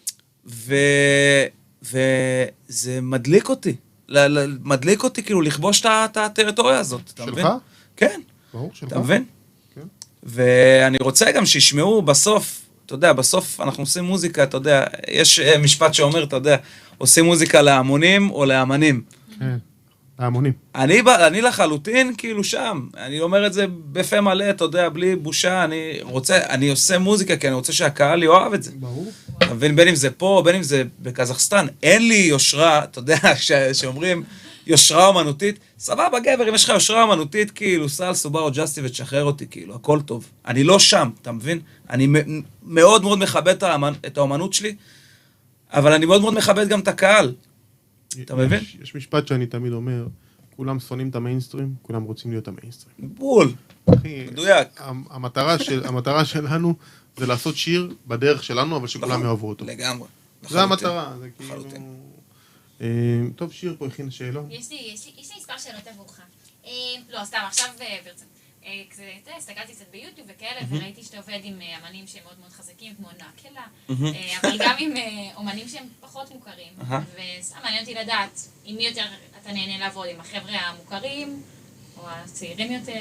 Speaker 5: וזה מדליק אותי, מדליק אותי כאילו לכבוש את הטריטוריה הזאת, אתה מבין?
Speaker 1: שלך?
Speaker 5: כן.
Speaker 1: ברור, שלך.
Speaker 5: אתה מבין?
Speaker 1: כן.
Speaker 5: ואני רוצה גם שישמעו בסוף, אתה יודע, בסוף אנחנו עושים מוזיקה, אתה יודע, יש משפט שאומר, אתה יודע, עושים מוזיקה להמונים או לאמנים.
Speaker 1: כן, להמונים.
Speaker 5: אני לחלוטין כאילו שם, אני אומר את זה בפה מלא, אתה יודע, בלי בושה, אני עושה מוזיקה כי אני רוצה שהקהל יאהב את זה.
Speaker 1: ברור.
Speaker 5: אתה מבין, בין אם זה פה, בין אם זה בקזחסטן, אין לי יושרה, אתה יודע, שאומרים יושרה אומנותית, סבבה גבר, אם יש לך יושרה אומנותית, כאילו, סל, סובארו, ג'סטי ותשחרר אותי, כאילו, הכל טוב. אני לא שם, אתה מבין? אני מאוד מאוד מכבד את האומנות שלי, אבל אני מאוד מאוד מכבד גם את הקהל. אתה מבין?
Speaker 1: יש משפט שאני תמיד אומר, כולם שונאים את המיינסטרים, כולם רוצים להיות המיינסטרים.
Speaker 5: בול.
Speaker 1: אחי,
Speaker 5: מדויק.
Speaker 1: המטרה שלנו זה לעשות שיר בדרך שלנו, אבל שכולם יאהבו אותו.
Speaker 5: לגמרי.
Speaker 1: זה המטרה, זה כאילו...
Speaker 5: לחלוטין.
Speaker 1: טוב, שיר פה הכין שאלון.
Speaker 2: יש לי מספר שאלות עבורך. לא, סתם, עכשיו ברצינות. הסתכלתי קצת ביוטיוב וכאלה, וראיתי שאתה עובד עם אמנים שהם מאוד מאוד חזקים, כמו נקלה, אבל גם עם אומנים שהם פחות מוכרים. וסתם מעניין אותי לדעת, עם מי יותר אתה נהנה לעבוד, עם החבר'ה המוכרים, או הצעירים יותר?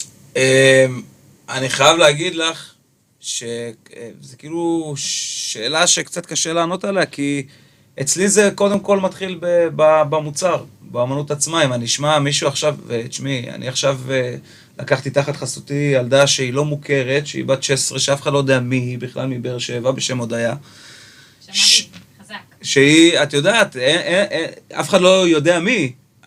Speaker 5: אני חייב להגיד לך, שזה כאילו שאלה שקצת קשה לענות עליה, כי אצלי זה קודם כל מתחיל במוצר, באמנות עצמה. אם אני אשמע מישהו עכשיו, ותשמעי, אני עכשיו לקחתי תחת חסותי ילדה שהיא לא מוכרת, שהיא בת 16, שאף אחד לא יודע מי היא, בכלל מבאר שבע, בשם הודיה.
Speaker 2: שמעתי, חזק.
Speaker 5: שהיא, את יודעת, אף אחד לא יודע מי,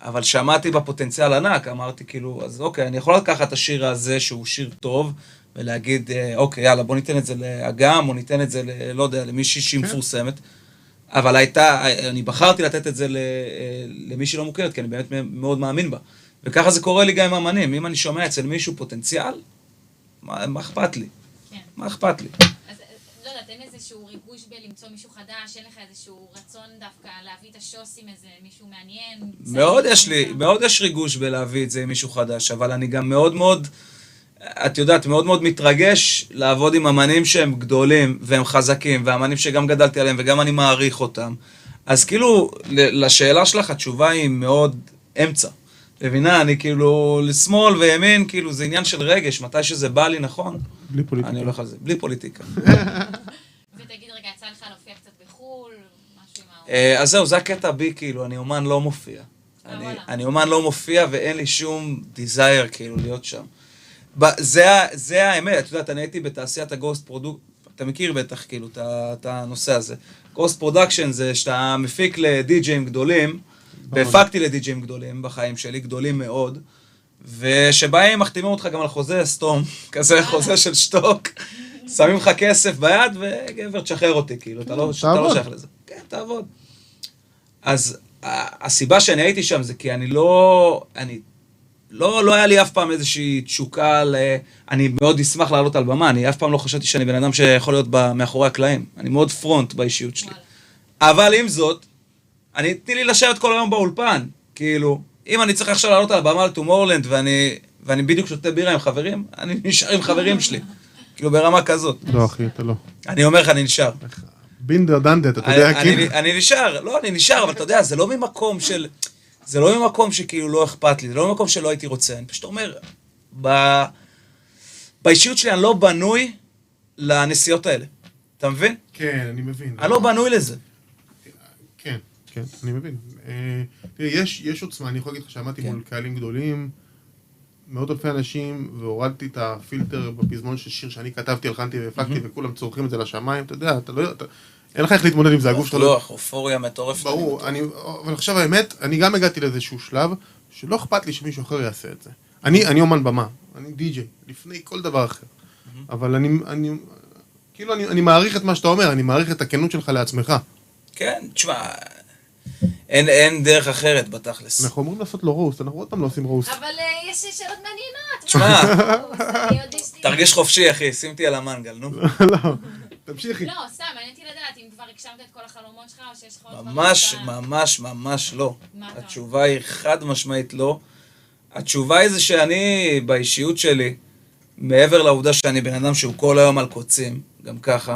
Speaker 5: אבל שמעתי בפוטנציאל ענק, אמרתי כאילו, אז אוקיי, אני יכול לקחת את השיר הזה, שהוא שיר טוב, ולהגיד, אוקיי, יאללה, בוא ניתן את זה לאגם, או ניתן את זה, לא יודע, למישהי שהיא מפורסמת. אבל אני בחרתי לתת את זה למישהי לא מוכרת, כי אני באמת מאוד מאמין בה. וככה זה קורה לי גם עם אמנים. אם אני שומע אצל מישהו פוטנציאל, מה אכפת לי?
Speaker 2: כן.
Speaker 5: מה אכפת לי?
Speaker 2: אז לא יודעת, אין איזשהו ריגוש בלמצוא מישהו חדש, אין לך איזשהו רצון דווקא להביא את השוס עם איזה מישהו מעניין?
Speaker 5: מאוד יש ריגוש בלהביא את זה עם מישהו חדש, אבל אני גם מאוד מאוד, את יודעת, מאוד מאוד מתרגש לעבוד עם אמנים שהם גדולים והם חזקים, ואמנים שגם גדלתי עליהם וגם אני מעריך אותם. אז כאילו, לשאלה שלך התשובה היא מאוד אמצע. מבינה, אני כאילו, לשמאל וימין, כאילו, זה עניין של רגש, מתי שזה בא לי נכון.
Speaker 1: בלי פוליטיקה.
Speaker 5: אני הולך על זה, בלי פוליטיקה.
Speaker 2: ותגיד רגע, יצא לך להופיע קצת בחול, משהו עם
Speaker 5: אז זהו, זה הקטע בי, כאילו, אני אומן לא מופיע. אני אומן לא מופיע ואין לי שום desire, כאילו, להיות שם. זה האמת, את יודעת, אני הייתי בתעשיית הגוסט פרודוקט, אתה מכיר בטח, כאילו, את הנושא הזה. גוסט פרודקשן זה שאתה מפיק לדי-ג'יים גדולים, והפקתי לדי-ג'יים גדולים בחיים שלי, גדולים מאוד, ושבהם מחתימים אותך גם על חוזה סתום, כזה חוזה של שטוק, שמים לך כסף ביד, וגבר תשחרר אותי, כאילו, אתה לא שייך לזה. כן, תעבוד. אז הסיבה שאני הייתי שם זה כי לא היה לי אף פעם איזושהי תשוקה, אני מאוד אשמח לעלות על במה, אני אף פעם לא חשבתי שאני בן אדם שיכול להיות מאחורי הקלעים, אני מאוד פרונט באישיות שלי. אבל עם זאת, תני לי לשבת כל היום באולפן, כאילו, אם אני צריך עכשיו לעלות על הבמה לטומורלנד, ואני בדיוק שותה בירה עם חברים, אני נשאר עם חברים שלי, כאילו ברמה כזאת.
Speaker 1: לא אחי, אתה לא.
Speaker 5: אני אומר לך, אני נשאר.
Speaker 1: בינדר דנדט, אתה יודע, כאילו.
Speaker 5: אני נשאר, אבל אתה יודע, זה לא ממקום שכאילו לא אכפת לי, זה לא ממקום שלא הייתי רוצה, אני פשוט אומר, באישיות שלי אני לא בנוי לנסיעות האלה, אתה מבין?
Speaker 1: כן, אני מבין.
Speaker 5: אני לא בנוי לזה.
Speaker 1: כן, כן, אני מבין. תראה, יש עוצמה, אני יכול להגיד לך שעמדתי מול קהלים גדולים, מאות אלפי אנשים, והורדתי את הפילטר בפזמון של שיר שאני כתבתי, הלחנתי והפקתי, וכולם צורכים את זה לשמיים, אתה יודע, אין לך איך להתמודד עם זה, הגוף שלך
Speaker 5: לא... אופוריה מטורפת.
Speaker 1: ברור, אבל עכשיו האמת, אני גם הגעתי לאיזשהו שלב, שלא אכפת לי שמישהו אחר יעשה את זה. אני אומן במה, אני די-ג'יי, לפני כל דבר אחר. אבל אני מעריך את מה שאתה אומר, אני מעריך את הכנות שלך לעצמך.
Speaker 5: כן, תשמע, אין דרך אחרת בתכלס.
Speaker 1: אנחנו אומרים לעשות לו רוסט, אנחנו עוד פעם לא עושים רוסט.
Speaker 2: אבל יש שאלות מעניינות.
Speaker 5: תשמע, תרגיש חופשי אחי, שימתי על המנגל, נו.
Speaker 1: לא, תמשיכי.
Speaker 2: לא, סתם, מעניינתי לדעת אם כבר הגשמת את כל החלומות שלך, או שיש לך עוד דברים.
Speaker 5: ממש לא.
Speaker 2: מה אתה?
Speaker 5: התשובה היא חד משמעית לא. התשובה היא זה שאני, באישיות שלי, מעבר לעובדה שאני בן אדם שהוא כל היום על קוצים, גם ככה,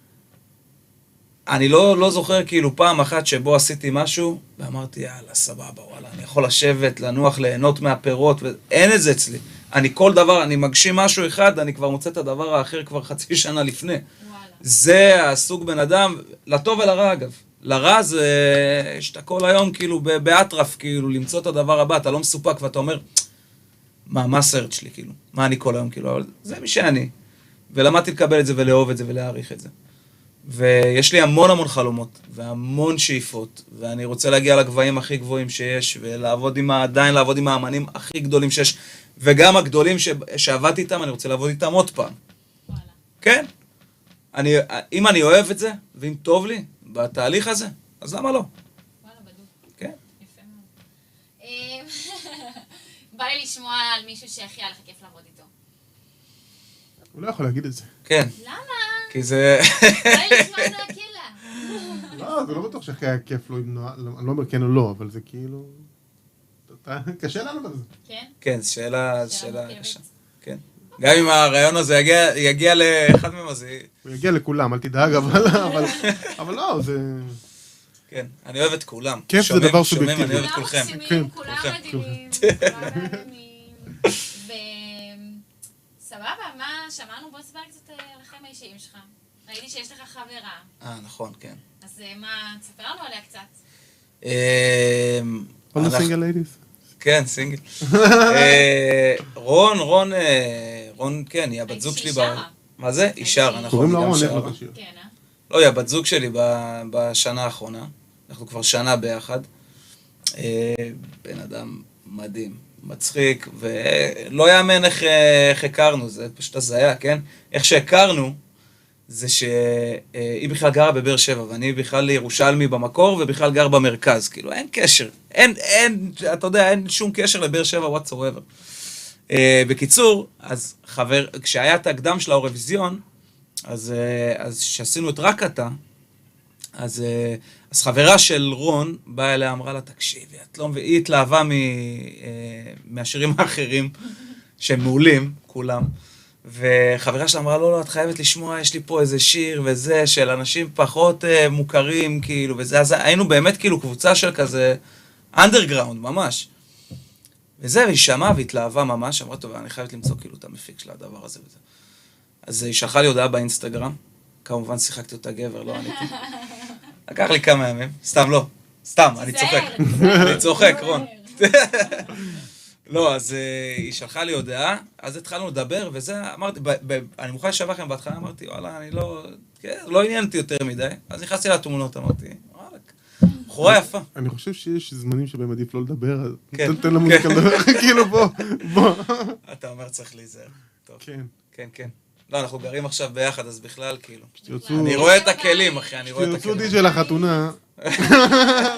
Speaker 5: אני לא זוכר כאילו פעם אחת שבו עשיתי משהו, ואמרתי, יאללה, סבבה, וואלה, אני יכול לשבת, לנוח, ליהנות מהפירות, ואין את זה אצלי. כל דבר, אני מגשים משהו אחד, אני כבר מוצא את הדבר האחר כבר חצי שנה לפני.
Speaker 2: וואלה.
Speaker 5: זה הסוג בן אדם, לטוב ולרע אגב. לרע זה שאתה כל היום כאילו באטרף, כאילו למצוא את הדבר הבא, אתה לא מסופק ואתה אומר, מה הסרט שלי כאילו? מה אני כל היום כאילו? אבל זה מי שאני. ולמדתי לקבל את זה ולאהוב את זה ולהעריך את זה. ויש לי המון חלומות, והמון שאיפות, ואני רוצה להגיע לגבהים הכי גבוהים שיש, עדיין לעבוד עם האמנים הכי גדולים שיש, וגם הגדולים שעבדתי איתם, אני רוצה לעבוד איתם עוד פעם.
Speaker 2: וואלה.
Speaker 5: כן? אם אני אוהב את זה, ואם טוב לי, בתהליך הזה, אז למה לא?
Speaker 2: וואלה, בדוק.
Speaker 5: כן.
Speaker 2: יפה מאוד. בא לי לשמוע על מישהו שהכי היה לך כיף לעבוד איתו.
Speaker 1: הוא לא יכול להגיד את זה.
Speaker 5: כן.
Speaker 2: למה?
Speaker 5: כי זה...
Speaker 2: בא לי לשמוע נועה קילה.
Speaker 1: לא, זה לא בטוח שהכי היה כיף לו עם נועה, אני לא אומר כן או לא, אבל זה כאילו... קשה לענות על זה.
Speaker 2: כן?
Speaker 5: כן, שאלה
Speaker 2: מורכבת.
Speaker 5: קשה. כן. גם אם הרעיון הזה יגיע לאחד מהם, אז...
Speaker 1: הוא יגיע לכולם, אל תדאג, אבל לא, זה...
Speaker 5: כן, אני אוהב את כולם.
Speaker 1: כיף זה דבר סובייקטיבי.
Speaker 5: אני אוהב את כולכם.
Speaker 2: כולם מקסימים, כולם
Speaker 5: כולכם.
Speaker 2: מדהימים. סבבה, מה שמענו? בוא נספר קצת על החיים האישיים שלך. ראיתי שיש לך חברה.
Speaker 5: נכון, כן.
Speaker 2: אז מה, תספר לנו עליה קצת.
Speaker 1: כל הסינגל ליידיס?
Speaker 5: כן, סינגל. רון, כן, היא הבת זוג שלי. מה זה? היא שרה, נכון.
Speaker 1: קוראים לה רון,
Speaker 5: שרה.
Speaker 1: איך לשיר.
Speaker 2: כן,
Speaker 5: לא, היא הבת זוג שלי בשנה האחרונה. אנחנו כבר שנה ביחד. בן אדם מדהים, מצחיק, ולא יאמן איך הכרנו, זה פשוט הזיה, כן? איך שהכרנו, זה שהיא בכלל גרה בבאר שבע, ואני בכלל ירושלמי במקור, ובכלל גר במרכז, כאילו, אין קשר. אתה יודע, אין שום קשר לבאר שבע, whatsoever. בקיצור, אז כשהיה את הקדם של האירוויזיון, אז שעשינו את רק אתה, אז חברה של רון באה אליה, אמרה לה, תקשיבי, היא התלהבה מהשירים האחרים, שהם מעולים, כולם, וחברה שלה אמרה, לא, את חייבת לשמוע, יש לי פה איזה שיר וזה, של אנשים פחות מוכרים, כאילו, וזה, אז היינו באמת כאילו קבוצה של כזה, אנדרגראונד, ממש. וזה, והיא שמעה והתלהבה ממש, אמרה, טוב, אני חייבת למצוא כאילו את המפיק של הדבר הזה וזה. אז היא שלחה לי הודעה באינסטגרם, כמובן שיחקתי אותה גבר, לא עניתי. לקח לי כמה ימים, סתם לא, סתם, אני צוחק. אני צוחק, רון. לא, אז היא שלחה לי הודעה, אז התחלנו לדבר, וזה, אמרתי, אני מוכן לשבח לכם בהתחלה, אמרתי, וואלה, אני לא עניינתי יותר מדי, אז נכנסתי לתמונות, אמרתי, וואלה, בחורה יפה.
Speaker 1: אני חושב שיש זמנים שבהם עדיף לא לדבר, אז תן למוזיקה לדבר, כאילו בוא.
Speaker 5: אתה אומר צריך להיזהר. טוב.
Speaker 1: כן.
Speaker 5: כן. לא, אנחנו גרים עכשיו ביחד, אז בכלל, כאילו.
Speaker 1: שתרצו...
Speaker 5: אני רואה את הכלים, אחי, אני רואה את הכלים.
Speaker 1: שתרצו די של החתונה.
Speaker 2: יפה מאוד.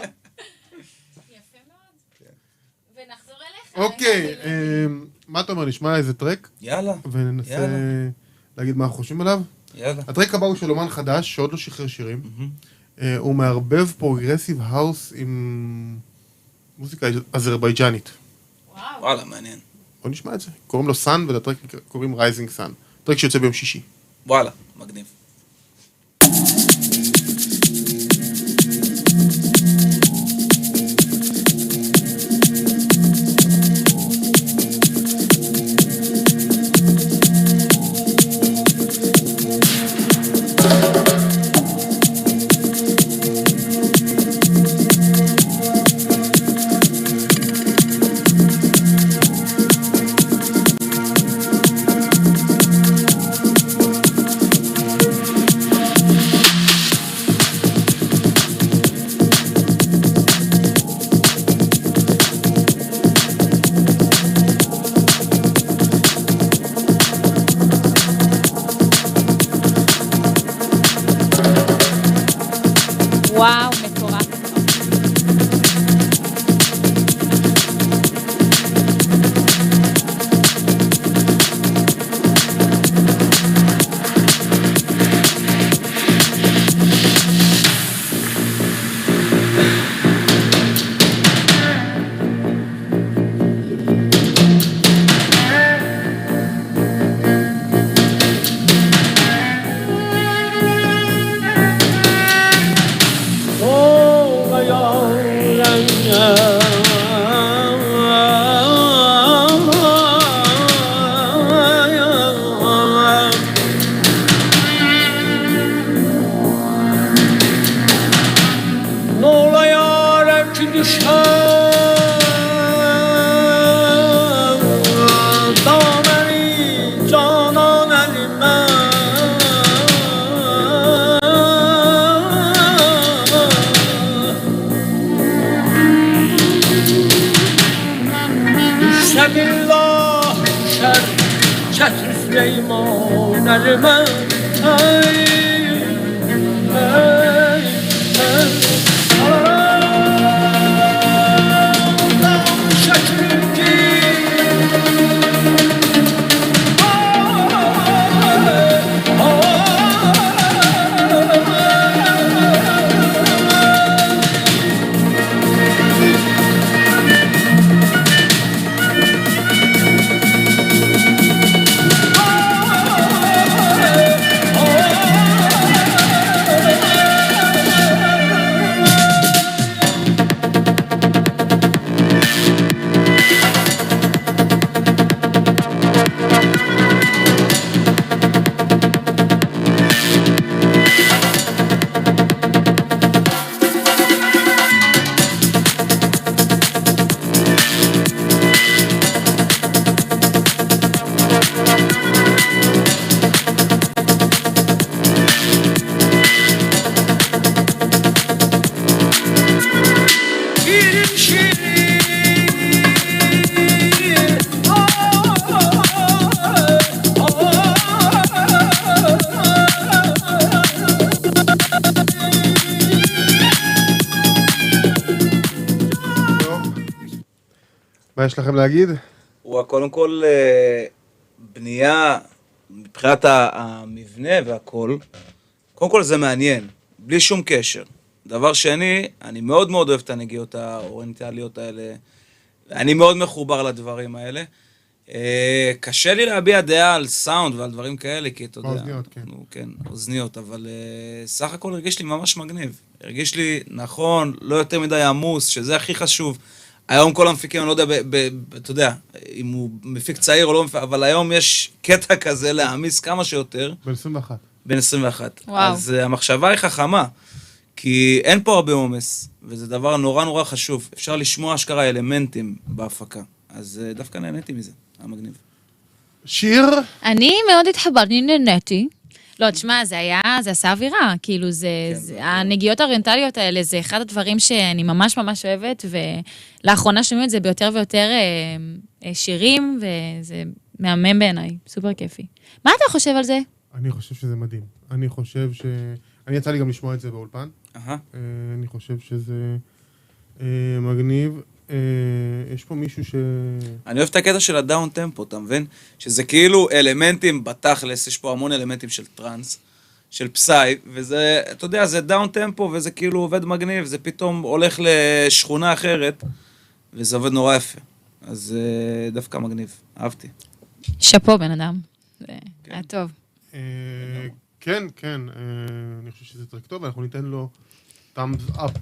Speaker 2: ונחזור אליך.
Speaker 1: אוקיי, מה אתה אומר, נשמע איזה טרק?
Speaker 5: יאללה.
Speaker 1: וננסה להגיד מה אנחנו חושבים עליו.
Speaker 5: יאללה.
Speaker 1: הטרק הבא הוא של אומן חדש, שעוד לא שחרר שירים. הוא מערבב פרוגרסיב האוס עם מוזיקה אזרבייג'נית.
Speaker 5: וואלה, מעניין.
Speaker 1: בוא נשמע את זה. קוראים לו סאן, ולטרק קוראים רייזינג סאן. טרק שיוצא ביום שישי.
Speaker 5: וואלה, מגניב.
Speaker 2: וואו, מטורף.
Speaker 1: מה יש לכם להגיד?
Speaker 5: הוא קודם כל בנייה, מבחינת המבנה והכל, קודם כל זה מעניין, בלי שום קשר. דבר שני, אני מאוד מאוד אוהב את הנגיעות האוריינטליות האלה, אני מאוד מחובר לדברים האלה. קשה לי להביע דעה על סאונד ועל דברים כאלה, כי אתה יודע...
Speaker 1: אוזניות, כן.
Speaker 5: כן, אוזניות, אבל סך הכל הרגיש לי ממש מגניב. הרגיש לי נכון, לא יותר מדי עמוס, שזה הכי חשוב. היום כל המפיקים, אני לא יודע, אתה יודע, אם הוא מפיק צעיר או לא מפיק, אבל היום יש קטע כזה להעמיס כמה שיותר.
Speaker 1: בין 21.
Speaker 5: בין 21.
Speaker 2: וואו.
Speaker 5: אז המחשבה היא חכמה, כי אין פה הרבה עומס, וזה דבר נורא נורא חשוב. אפשר לשמוע אשכרה אלמנטים בהפקה. אז דווקא נהניתי מזה, המגניב.
Speaker 1: שיר?
Speaker 2: אני מאוד התחברתי, נהניתי. לא, תשמע, זה עשה אווירה, כאילו, הנגיעות האוריינטליות האלה, זה אחד הדברים שאני ממש ממש אוהבת, ולאחרונה שומעים את זה ביותר ויותר שירים, וזה מהמם בעיניי, סופר כיפי. מה אתה חושב על זה?
Speaker 1: אני חושב שזה מדהים. אני חושב אני יצא לי גם לשמוע את זה באולפן. אני חושב שזה מגניב. יש פה מישהו
Speaker 5: אני אוהב את הקטע של הדאון טמפו, אתה מבין? שזה כאילו אלמנטים בתכלס, יש פה המון אלמנטים של טרנס, של פסאי, וזה, אתה יודע, זה דאון טמפו, וזה כאילו עובד מגניב, זה פתאום הולך לשכונה אחרת, וזה עובד נורא יפה. אז דווקא מגניב, אהבתי.
Speaker 2: שפו, בן אדם. זה היה טוב.
Speaker 1: כן, כן, אני חושב שזה טרק טוב, ואנחנו ניתן לו thumbs up.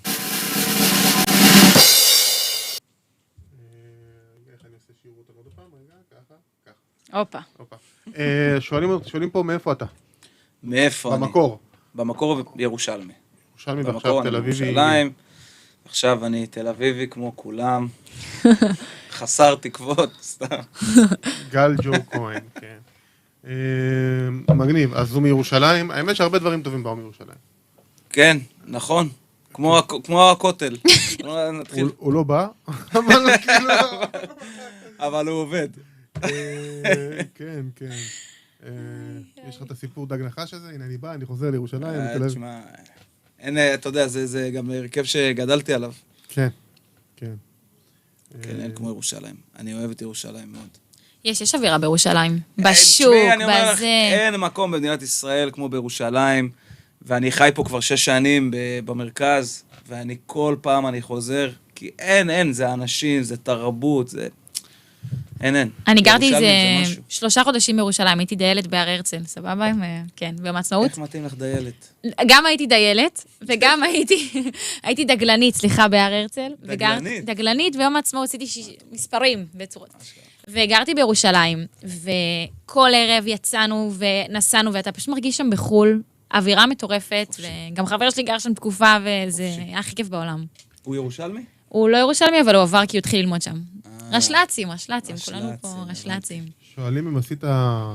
Speaker 1: איך אני עושה שירות עוד פעם? רגע, ככה.
Speaker 2: הופה.
Speaker 1: שואלים פה מאיפה אתה?
Speaker 5: מאיפה אני?
Speaker 1: במקור.
Speaker 5: במקור ירושלמי.
Speaker 1: ירושלמי
Speaker 5: במקור
Speaker 1: ועכשיו
Speaker 5: אני
Speaker 1: תל אביבי.
Speaker 5: בירושלים, עכשיו אני תל אביבי כמו כולם. חסר תקוות, סתם.
Speaker 1: גל ג'ו כהן, כן. מגניב, אז הוא מירושלים. האמת שהרבה דברים טובים באו מירושלים.
Speaker 5: כן, נכון. כמו הכותל. נתחיל.
Speaker 1: הוא לא בא, אבל כאילו...
Speaker 5: אבל הוא עובד.
Speaker 1: כן, כן. יש לך את הסיפור דג נחש הזה? הנה אני בא, אני חוזר לירושלים.
Speaker 5: תשמע, אתה יודע, זה גם הרכב שגדלתי עליו.
Speaker 1: כן, כן.
Speaker 5: כן, אין כמו ירושלים. אני אוהב את ירושלים מאוד.
Speaker 2: יש אווירה בירושלים. בשוק,
Speaker 5: תשמעי, אני אומר לך,
Speaker 2: בזה.
Speaker 5: אין מקום במדינת ישראל כמו בירושלים, ואני חי פה כבר 6 שנים במרכז, ואני כל פעם אני חוזר, כי אין, זה אנשים, זה תרבות, זה... אין.
Speaker 2: אני גרתי
Speaker 5: ירושלים
Speaker 2: איזה
Speaker 5: זה משהו.
Speaker 2: 3 חודשים בירושלים, הייתי דיילת בהר הרצל, סבבה? כן, ביום העצמאות.
Speaker 5: איך מתאים לך דיילת?
Speaker 2: גם הייתי דיילת, וגם הייתי דגלנית, סליחה, בהר הרצל.
Speaker 5: דגלנית?
Speaker 2: דגלנית, ביום העצמאות עשיתי מספרים בצורות. וגרתי בירושלים, וכל ערב יצאנו ונסענו, ואתה פשוט מרגיש שם בחול, אווירה מטורפת, וגם חבר שלי גר שם תקופה, וזה היה הכי כיף בעולם.
Speaker 5: הוא ירושלמי?
Speaker 2: הוא לא ירושלמי, אבל הוא עבר כי הוא התחיל ללמוד שם. רשל"צים, כולנו פה רשל"צים.
Speaker 1: שואלים אם עשית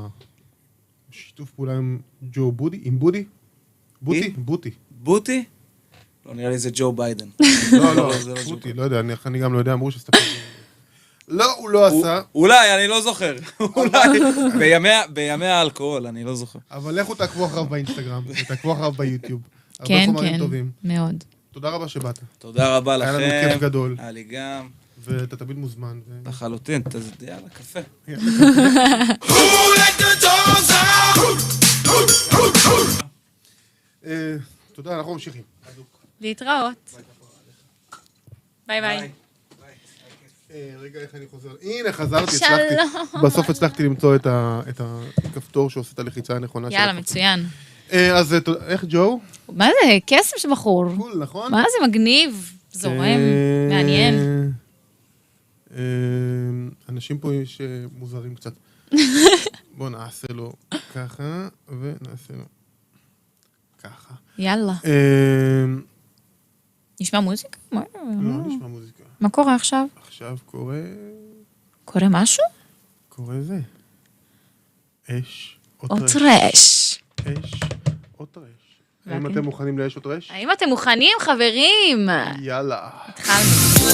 Speaker 1: שיתוף פעולה עם ג'ו בודי? עם בודי? בוטי.
Speaker 5: בוטי? לא, נראה לי זה ג'ו ביידן.
Speaker 1: לא, בוטי, לא יודע, אני גם לא יודע, אמרו שסתפק. לא, הוא לא עשה.
Speaker 5: אולי, אני לא זוכר. אולי, בימי האלכוהול, אני לא זוכר.
Speaker 1: אבל לכו תעקבו אחריו באינסטגרם, ותעקבו אחריו ביוטיוב. הרבה
Speaker 2: כן,
Speaker 1: חומרים
Speaker 2: כן,
Speaker 1: טובים.
Speaker 2: מאוד.
Speaker 1: תודה רבה שבאת.
Speaker 5: תודה רבה לכם.
Speaker 1: היה לנו כיף גדול.
Speaker 5: היה לי גם.
Speaker 1: ואתה תמיד מוזמן.
Speaker 5: לחלוטין, יאללה, קפה.
Speaker 1: תודה, אנחנו ממשיכים.
Speaker 2: להתראות. ביי ביי.
Speaker 1: רגע, איך אני חוזר? הנה, חזרתי,
Speaker 2: שלום.
Speaker 1: בסוף הצלחתי למצוא את הכפתור שעושה את הלחיצה הנכונה.
Speaker 2: יאללה, מצוין.
Speaker 1: אז איך ג'ו?
Speaker 2: מה זה? קסם של בחור.
Speaker 1: קול, נכון?
Speaker 2: מה זה מגניב, זורם, מעניין.
Speaker 1: אנשים פה יש מוזרים קצת. בואו נעשה לו ככה, ונעשה לו ככה.
Speaker 2: יאללה. נשמע מוזיקה?
Speaker 1: לא, נשמע מוזיקה.
Speaker 2: מה קורה עכשיו?
Speaker 1: עכשיו קורה...
Speaker 2: קורה משהו?
Speaker 1: קורה זה. אש
Speaker 2: או טרש.
Speaker 1: אש או טרש. האם אתם מוכנים לאש או טרש?
Speaker 2: האם אתם מוכנים, חברים?
Speaker 1: יאללה.
Speaker 2: התחלנו.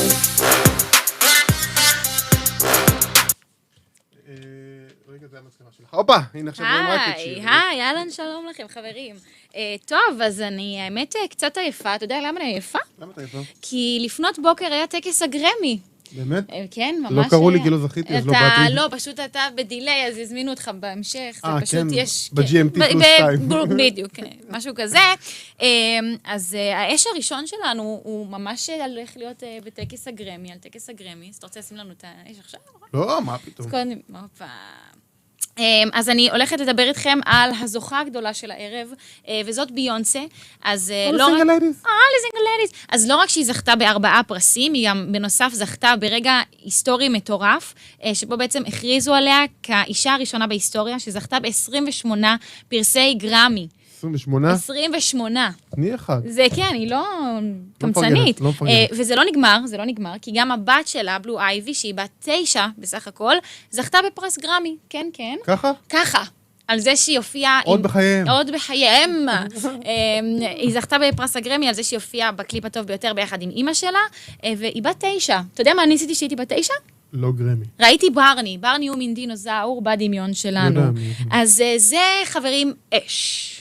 Speaker 1: רגע, זה המצלמה שלך. הופה, הנה עכשיו רואים רק את שיר.
Speaker 2: היי, אהלן, שלום לכם, חברים. טוב, אז אני, האמת, קצת עייפה. אתה יודע למה אני עייפה?
Speaker 1: למה אתה יפה?
Speaker 2: כי לפנות בוקר היה טקס הגרמי.
Speaker 1: באמת?
Speaker 2: כן, ממש...
Speaker 1: לא קראו לי כי לא זכיתי, אז לא באתי.
Speaker 2: לא, פשוט אתה בדיליי, אז הזמינו אותך בהמשך. זה פשוט
Speaker 1: כן,
Speaker 2: יש...
Speaker 1: ב-GMT פלוס 2.
Speaker 2: בדיוק, משהו כזה. אז האש הראשון שלנו, הוא ממש הולך להיות בטקס הגרמי, על טקס הגרמי. אז אתה רוצה לשים לנו את האש עכשיו?
Speaker 1: לא, מה פתאום.
Speaker 2: אז קודם, הופה. אז אני הולכת לדבר איתכם על הזוכה הגדולה של הערב, וזאת ביונסה. אז לא רק... לסינגל לדיז. אז לא רק שהיא זכתה ב4 פרסים, היא גם בנוסף זכתה ברגע היסטורי מטורף, שבו בעצם הכריזו עליה כאישה הראשונה בהיסטוריה, שזכתה ב28 פרסי גרמי.
Speaker 1: 28?
Speaker 2: 28.
Speaker 1: תני אחד.
Speaker 2: זה כן, היא לא קמצנית.
Speaker 1: לא מפרגנת.
Speaker 2: וזה לא נגמר, כי גם הבת שלה, בלו אייבי, שהיא בת 9 בסך הכל, זכתה בפרס גרמי. כן, כן.
Speaker 1: ככה?
Speaker 2: ככה. על זה שהיא הופיעה...
Speaker 1: עוד בחייהם.
Speaker 2: עוד בחייהם. היא זכתה בפרס הגרמי על זה שהיא הופיעה בקליפ הטוב ביותר ביחד עם אימא שלה, והיא בת 9. אתה יודע מה אני עשיתי שהייתי בת 9?
Speaker 1: לא גרמי.
Speaker 2: ראיתי ברני הוא מין דינוזאור בדמיון שלנו. אז זה, חברים, אש.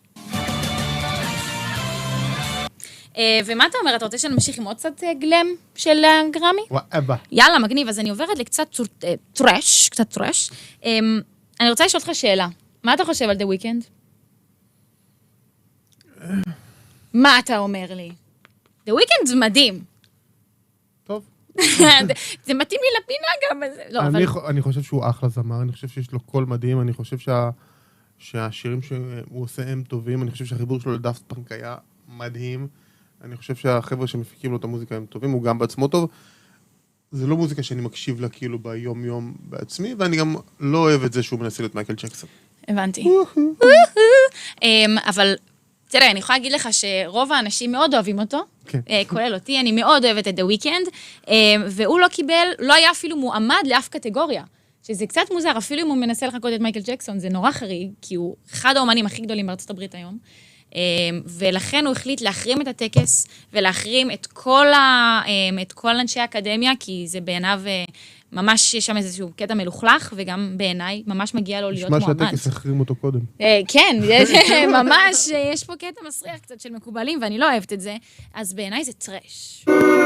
Speaker 2: ומה אתה אומר? אתה רוצה שנמשיך עם עוד קצת גלם של גרמי?
Speaker 1: וואבה.
Speaker 2: יאללה, מגניב. אז אני עוברת לקצת טרש, אני רוצה לשאול אותך שאלה. מה אתה חושב על The Weeknd? מה אתה אומר לי? The Weeknd זה מדהים.
Speaker 1: טוב.
Speaker 2: זה מתאים לי לפינה גם.
Speaker 1: אני חושב שהוא אחלה זמר, אני חושב שיש לו קול מדהים, אני חושב שהשירים שהוא עושה הם טובים, אני חושב שהחיבור שלו לדאפט פאנק היה מדהים, אני חושב שהחבר'ה שמפיקים לו את המוזיקה הם טובים, הוא גם בעצמו טוב. זה לא מוזיקה שאני מקשיב לה כאילו ביום יום בעצמי, ואני גם לא אוהב את זה שהוא מנסה להיות מייקל ג'קסון.
Speaker 2: הבנתי. אבל תראה, אני יכולה להגיד לך שרוב האנשים מאוד אוהבים אותו, כולל אותי, אני מאוד אוהבת את The Weeknd, והוא לא קיבל, לא היה אפילו מועמד לאף קטגוריה, שזה קצת מוזר, אפילו אם הוא מנסה לחכות את מייקל ג'קסון, זה נורא חריג, כי הוא אחד האומנים הכי גדולים בארצות הברית היום, ולכן הוא החליט להחרים את הטקס, ולהחרים את כל אנשי האקדמיה, כי זה בעיניו ממש יש שם איזשהו קטע מלוכלך, וגם בעיניי ממש מגיע לו להיות מועמד.
Speaker 1: נשמע שהטקס החרים אותו קודם.
Speaker 2: כן, ממש, יש פה קטע מסריח קצת של מקובלים, ואני לא אוהבת את זה, אז בעיניי זה טרש.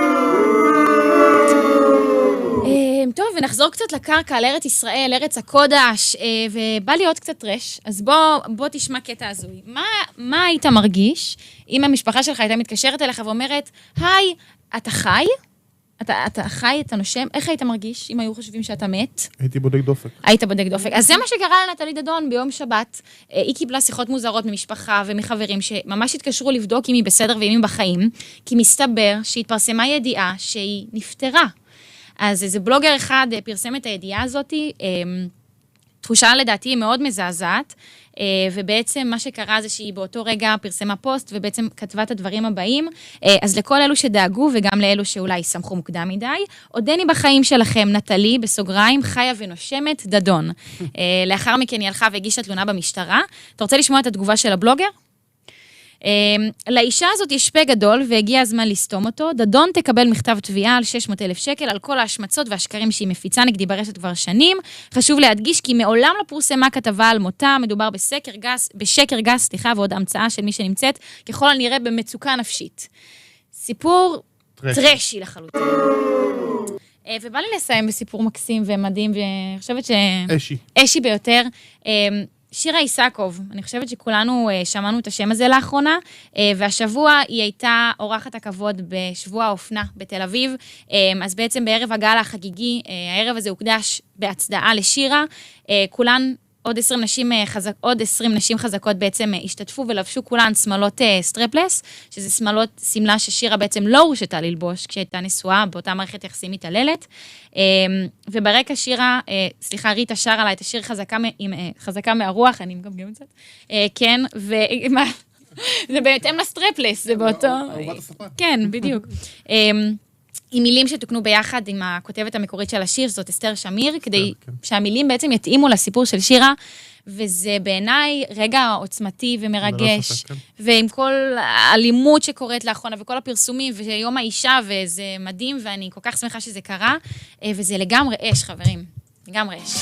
Speaker 2: טוב, ונחזור קצת לקרקע, לארץ ישראל, ארץ הקודש, ובא לי עוד קצת טרש, אז בוא תשמע קטע הזוי. מה היית מרגיש אם המשפחה שלך הייתה מתקשרת אליך ואומרת, היי, אתה חי? אתה חי, אתה נושם? איך היית מרגיש אם היו חושבים שאתה מת?
Speaker 1: הייתי בודק דופק.
Speaker 2: היית בודק דופק. אז זה מה שקרה לנטלי דדון ביום שבת. היא קיבלה שיחות מוזרות ממשפחה ומחברים שממש התקשרו לבדוק אם היא בסדר ואם היא בחיים, כי מסתבר שהתפרסמה ידיעה שהיא נפטרה. אז איזה בלוגר אחד פרסם את הידיעה הזאת, תחושה לדעתי מאוד מזעזעת, ובעצם מה שקרה זה שהיא באותו רגע פרסמה פוסט, ובעצם כתבה את הדברים הבאים, אז לכל אלו שדאגו, וגם לאלו שאולי שמחו מוקדם מדי, עודני בחיים שלכם, נטלי, בסוגריים, חיה ונושמת, דדון. לאחר מכן היא הלכה והגישה תלונה במשטרה. אתה רוצה לשמוע את התגובה של הבלוגר? לאישה הזאת יש פה גדול והגיע הזמן לסתום אותו. דדון תקבל מכתב תביעה על 600,000 שקל על כל ההשמצות והשקרים שהיא מפיצה נגדי ברשת כבר שנים. חשוב להדגיש כי מעולם לא פורסמה כתבה על מותה, מדובר בשקר גס, ועוד המצאה של מי שנמצאת, ככל הנראה במצוקה נפשית. סיפור טרשי לחלוטין. ובא לי לסיים בסיפור מקסים ומדהים, ואני חושבת אשי ביותר. שירה איסקוב, אני חושבת שכולנו שמענו את השם הזה לאחרונה, והשבוע היא הייתה אורחת הכבוד בשבוע האופנה בתל אביב, אז בעצם בערב הגאלה החגיגי, הערב הזה הוקדש בהצדעה לשירה, כולן עוד 20 נשים חזקות בעצם השתתפו ולבשו כולן שמלות סטרפלס, שזה שמלות סמלה ששירה בעצם לא הורשתה ללבוש כשהייתה נשואה באותה מערכת יחסים מתעללת, וברקע ריטה שרה לה את השיר חזקה מהרוח, אני מגמגם את זה, כן, זה בהתאם לסטרפלס, זה באותו, כן, בדיוק. עם מילים שתוקנו ביחד עם הכותבת המקורית של השיר, זאת אסתר שמיר, כדי שהמילים בעצם יתאימו לסיפור של שירה, וזה בעיניי רגע עוצמתי ומרגש, ועם כל האלימות שקורית לאחרונה, וכל הפרסומים, ויום האישה, וזה מדהים, ואני כל כך שמחה שזה קרה, וזה לגמרי אש, חברים, לגמרי אש.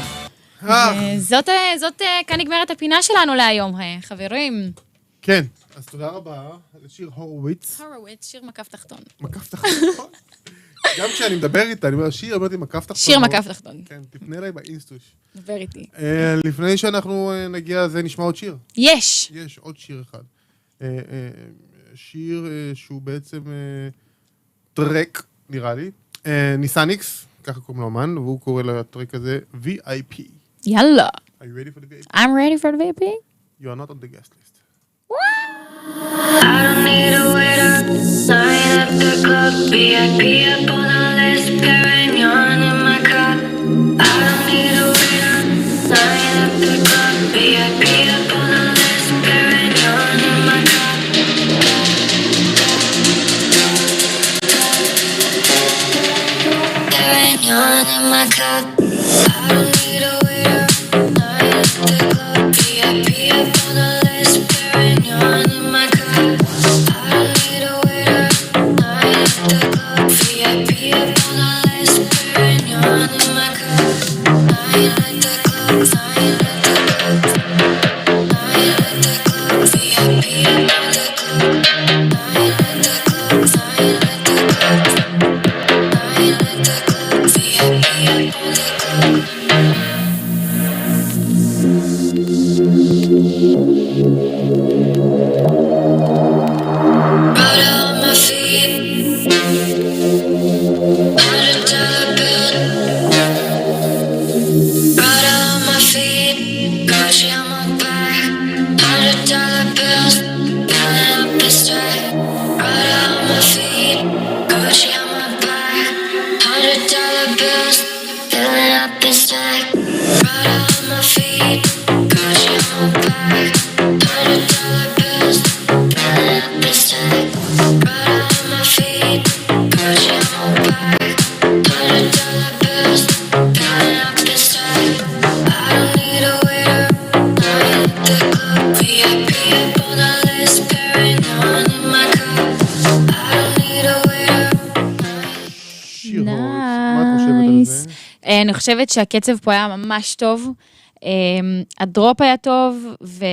Speaker 2: זאת כאן נגמרת הפינה שלנו להיום, חברים.
Speaker 1: כן. אז תודה רבה לשיר הורוביץ.
Speaker 2: הורוביץ, שיר מקף תחתון.
Speaker 1: מקף תחתון. גם כשאני מדבר איתה, אני אומר, שיר, אמרתי מקף תחתון.
Speaker 2: שיר מקף תחתון.
Speaker 1: כן, תפנה אליי באינסטוש.
Speaker 2: דבר איתי.
Speaker 1: לפני שאנחנו נגיע, זה נשמע עוד שיר.
Speaker 2: יש
Speaker 1: עוד שיר אחד. שיר שהוא בעצם טרק, נראה לי. ניסניקס, ככה קוראים לו אמן, והוא קורא לטרק הזה VIP.
Speaker 2: יאללה.
Speaker 1: Are you ready for the VIP?
Speaker 2: I'm ready for the VIP.
Speaker 1: You are not on the guest list.
Speaker 4: I don't need a waiter, sign up the club, VIP up on the list, Perignon in my cup. I don't need a waiter, sign up the club, VIP up on the list, Perignon in my cup. Perignon in my cup. I don't need a waiter, sign up the club, VIP up on the list, Perignon in my cup. I don't need a waiter, sign up the club, VIP up on the list, Perignon in my cup. Sign at the club, sign at the club. Sign at the club, VIP up on the club. Sign at the club, sign at the club. Sign at the club, VIP up on the club. Right on my feet, $100 bill. Right on my feet, Gucci on my back, $100 bills, filling up the stack. Right on my feet, Gucci on my back, $100 bills, filling up the stack. Right on my feet, Gucci on my back, $100 bills, filling up the stack. Right on my feet, Gucci on my back, $100 bills, filling up the stack. I don't need a waiter, sign at the club, VIP up on the list, Perignon in my cup. I don't need a waiter.
Speaker 1: שיר הורוביץ. מה את חושבת על זה?
Speaker 2: אני חושבת שהקצב פה היה ממש טוב, הדרופ היה טוב,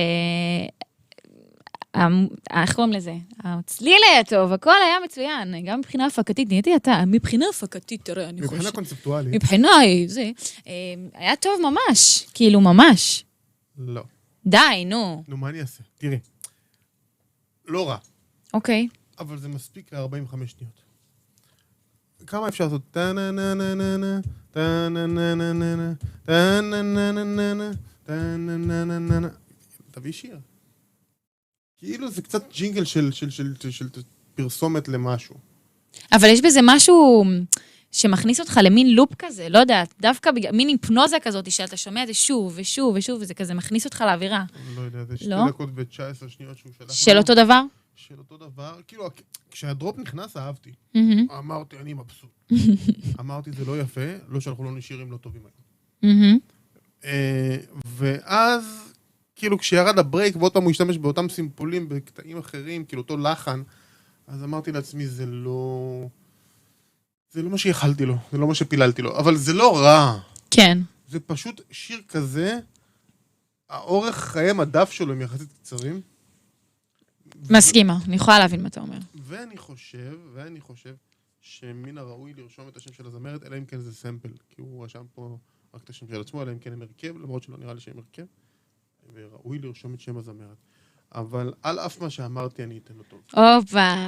Speaker 2: איך קוראים לזה? הצליל היה טוב, הכל היה מצוין, גם מבחינה הפקתית, נהייתי אתה, מבחינה הפקתית, תראה, אני חושבת.
Speaker 1: מבחינה קונספטואלית.
Speaker 2: מבחינה, זה, היה טוב ממש, כאילו ממש.
Speaker 1: לא.
Speaker 2: די, נו.
Speaker 1: נו, מה אני אעשה? תראי. לא רע,
Speaker 2: אוקיי.
Speaker 1: אבל זה מספיק ל-45 שניות. כמה אפשר לעשות? טה-נה-נה-נה-נה, טה-נה-נה-נה-נה, טה-נה-נה-נה-נה, טה-נה-נה-נה-נה. תביא שיר. כאילו זה קצת ג'ינגל של פרסומת למשהו.
Speaker 2: אבל יש בזה משהו שמכניס אותך למין לופ כזה, לא יודעת, דווקא מין היפנוזה כזאת, שאתה שומע את זה שוב ושוב ושוב, וזה כזה מכניס אותך לאווירה.
Speaker 1: לא יודע, זה 2
Speaker 2: לא?
Speaker 1: דקות ו-19 שניות שהוא שלח.
Speaker 2: של אותו דבר?
Speaker 1: של אותו דבר. כאילו, כשהדרופ נכנס, אהבתי. אמרתי, אני מבסוט. אמרתי, זה לא יפה, לא שאנחנו לא נשארים לא טובים היום. ואז, כאילו, כשירד הברייק, ועוד פעם הוא השתמש באותם סימפולים, בקטעים אחרים, כאילו, אותו לחן, אז אמרתי לעצמי, זה לא מה שיכלתי לו, זה לא מה שפיללתי לו, אבל זה לא רע.
Speaker 2: כן.
Speaker 1: זה פשוט שיר כזה, האורך חיי מדף שלו הם יחסית קצרים.
Speaker 2: מסכימה, אני יכולה להבין מה אתה אומר.
Speaker 1: ואני חושב שמן הראוי לרשום את השם של הזמרת, אלא אם כן זה סמפל, כי הוא רשם פה רק את השם של עצמו, אלא אם כן הם הרכב, למרות שלא נראה לי שהם הרכב, וראוי לרשום את שם הזמרת. אבל על אף מה שאמרתי, אני אתן לו טוב.
Speaker 2: אופה.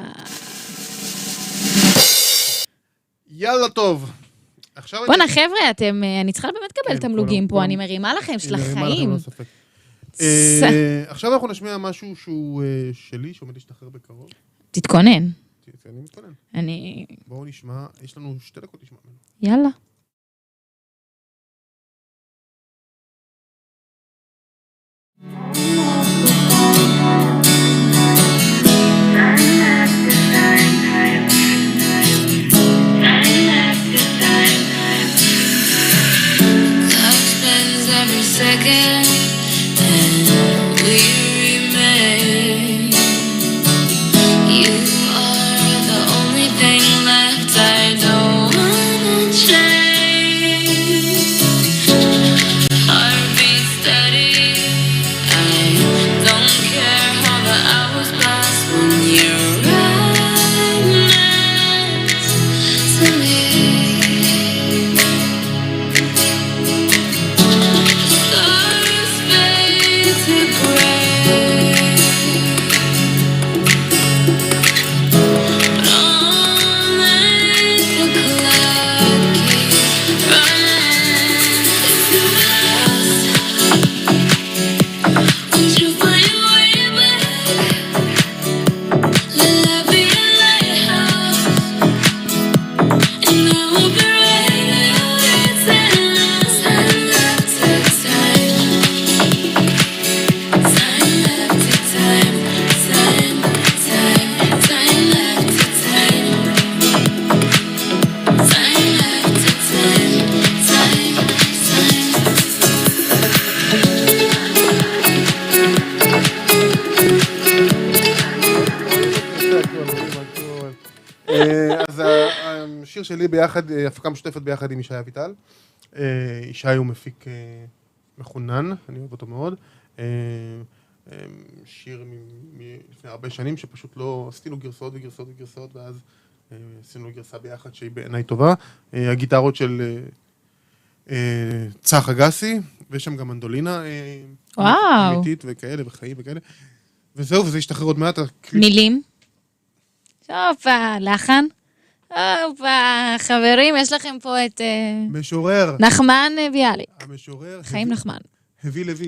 Speaker 1: יאללה טוב.
Speaker 2: בוא'נה חבר'ה, אני צריכה באמת לקבל תמלוגים פה, אני מרימה לכם של החיים.
Speaker 1: עכשיו אנחנו נשמיע משהו שהוא שלי, שעומד להשתחרר בקרוב.
Speaker 2: תתכונן.
Speaker 1: אני מתכונן.
Speaker 2: אני...
Speaker 1: בואו נשמע, יש לנו 2 דקות לשמוע ממנו.
Speaker 2: יאללה.
Speaker 4: Second, and we remain. You are the only thing left. I don't wanna change.
Speaker 1: שיר שלי ביחד, הפקה משותפת ביחד עם ישי אביטל. ישי הוא מפיק מחונן, אני אוהב אותו מאוד. שיר לפני הרבה שנים שפשוט לא עשינו גרסאות וגרסאות וגרסאות, ואז עשינו גרסה ביחד שהיא בעיניי טובה. הגיטרות של צח אגסי, ויש שם גם מנדולינה אמיתית וכאלה, וחיים וכאלה. וזהו, וזה ישתחרר עוד מעט.
Speaker 6: מילים? הופה, לחן? הופה, חברים, יש לכם פה את
Speaker 1: משורר.
Speaker 6: נחמן ביאליק.
Speaker 1: המשורר.
Speaker 6: חיים נחמן.
Speaker 1: הביא לוי.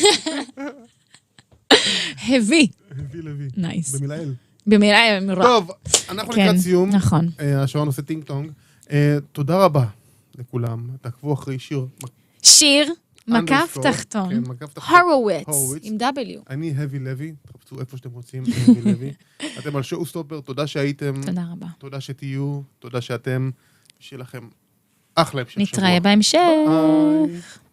Speaker 6: הביא.
Speaker 1: הביא לוי.
Speaker 6: נייס.
Speaker 1: במילה אל.
Speaker 6: במילה אל.
Speaker 1: טוב, אנחנו לקראת סיום.
Speaker 6: נכון.
Speaker 1: השעון עושה טינג טונג. תודה רבה לכולם. תעקבו אחרי
Speaker 6: שיר, מקף תחתון.
Speaker 1: כן, מקף תחתון.
Speaker 6: הורוויץ, עם W.
Speaker 1: אני הבי לוי, תחפשו איפה שאתם רוצים, הבי לוי. אתם על שואו סטופר, תודה שהייתם.
Speaker 6: תודה רבה.
Speaker 1: תודה שתהיו, תודה שאתם. שיהיה לכם אחלה המשך שבוע.
Speaker 6: נתראה בהמשך.
Speaker 1: ביי.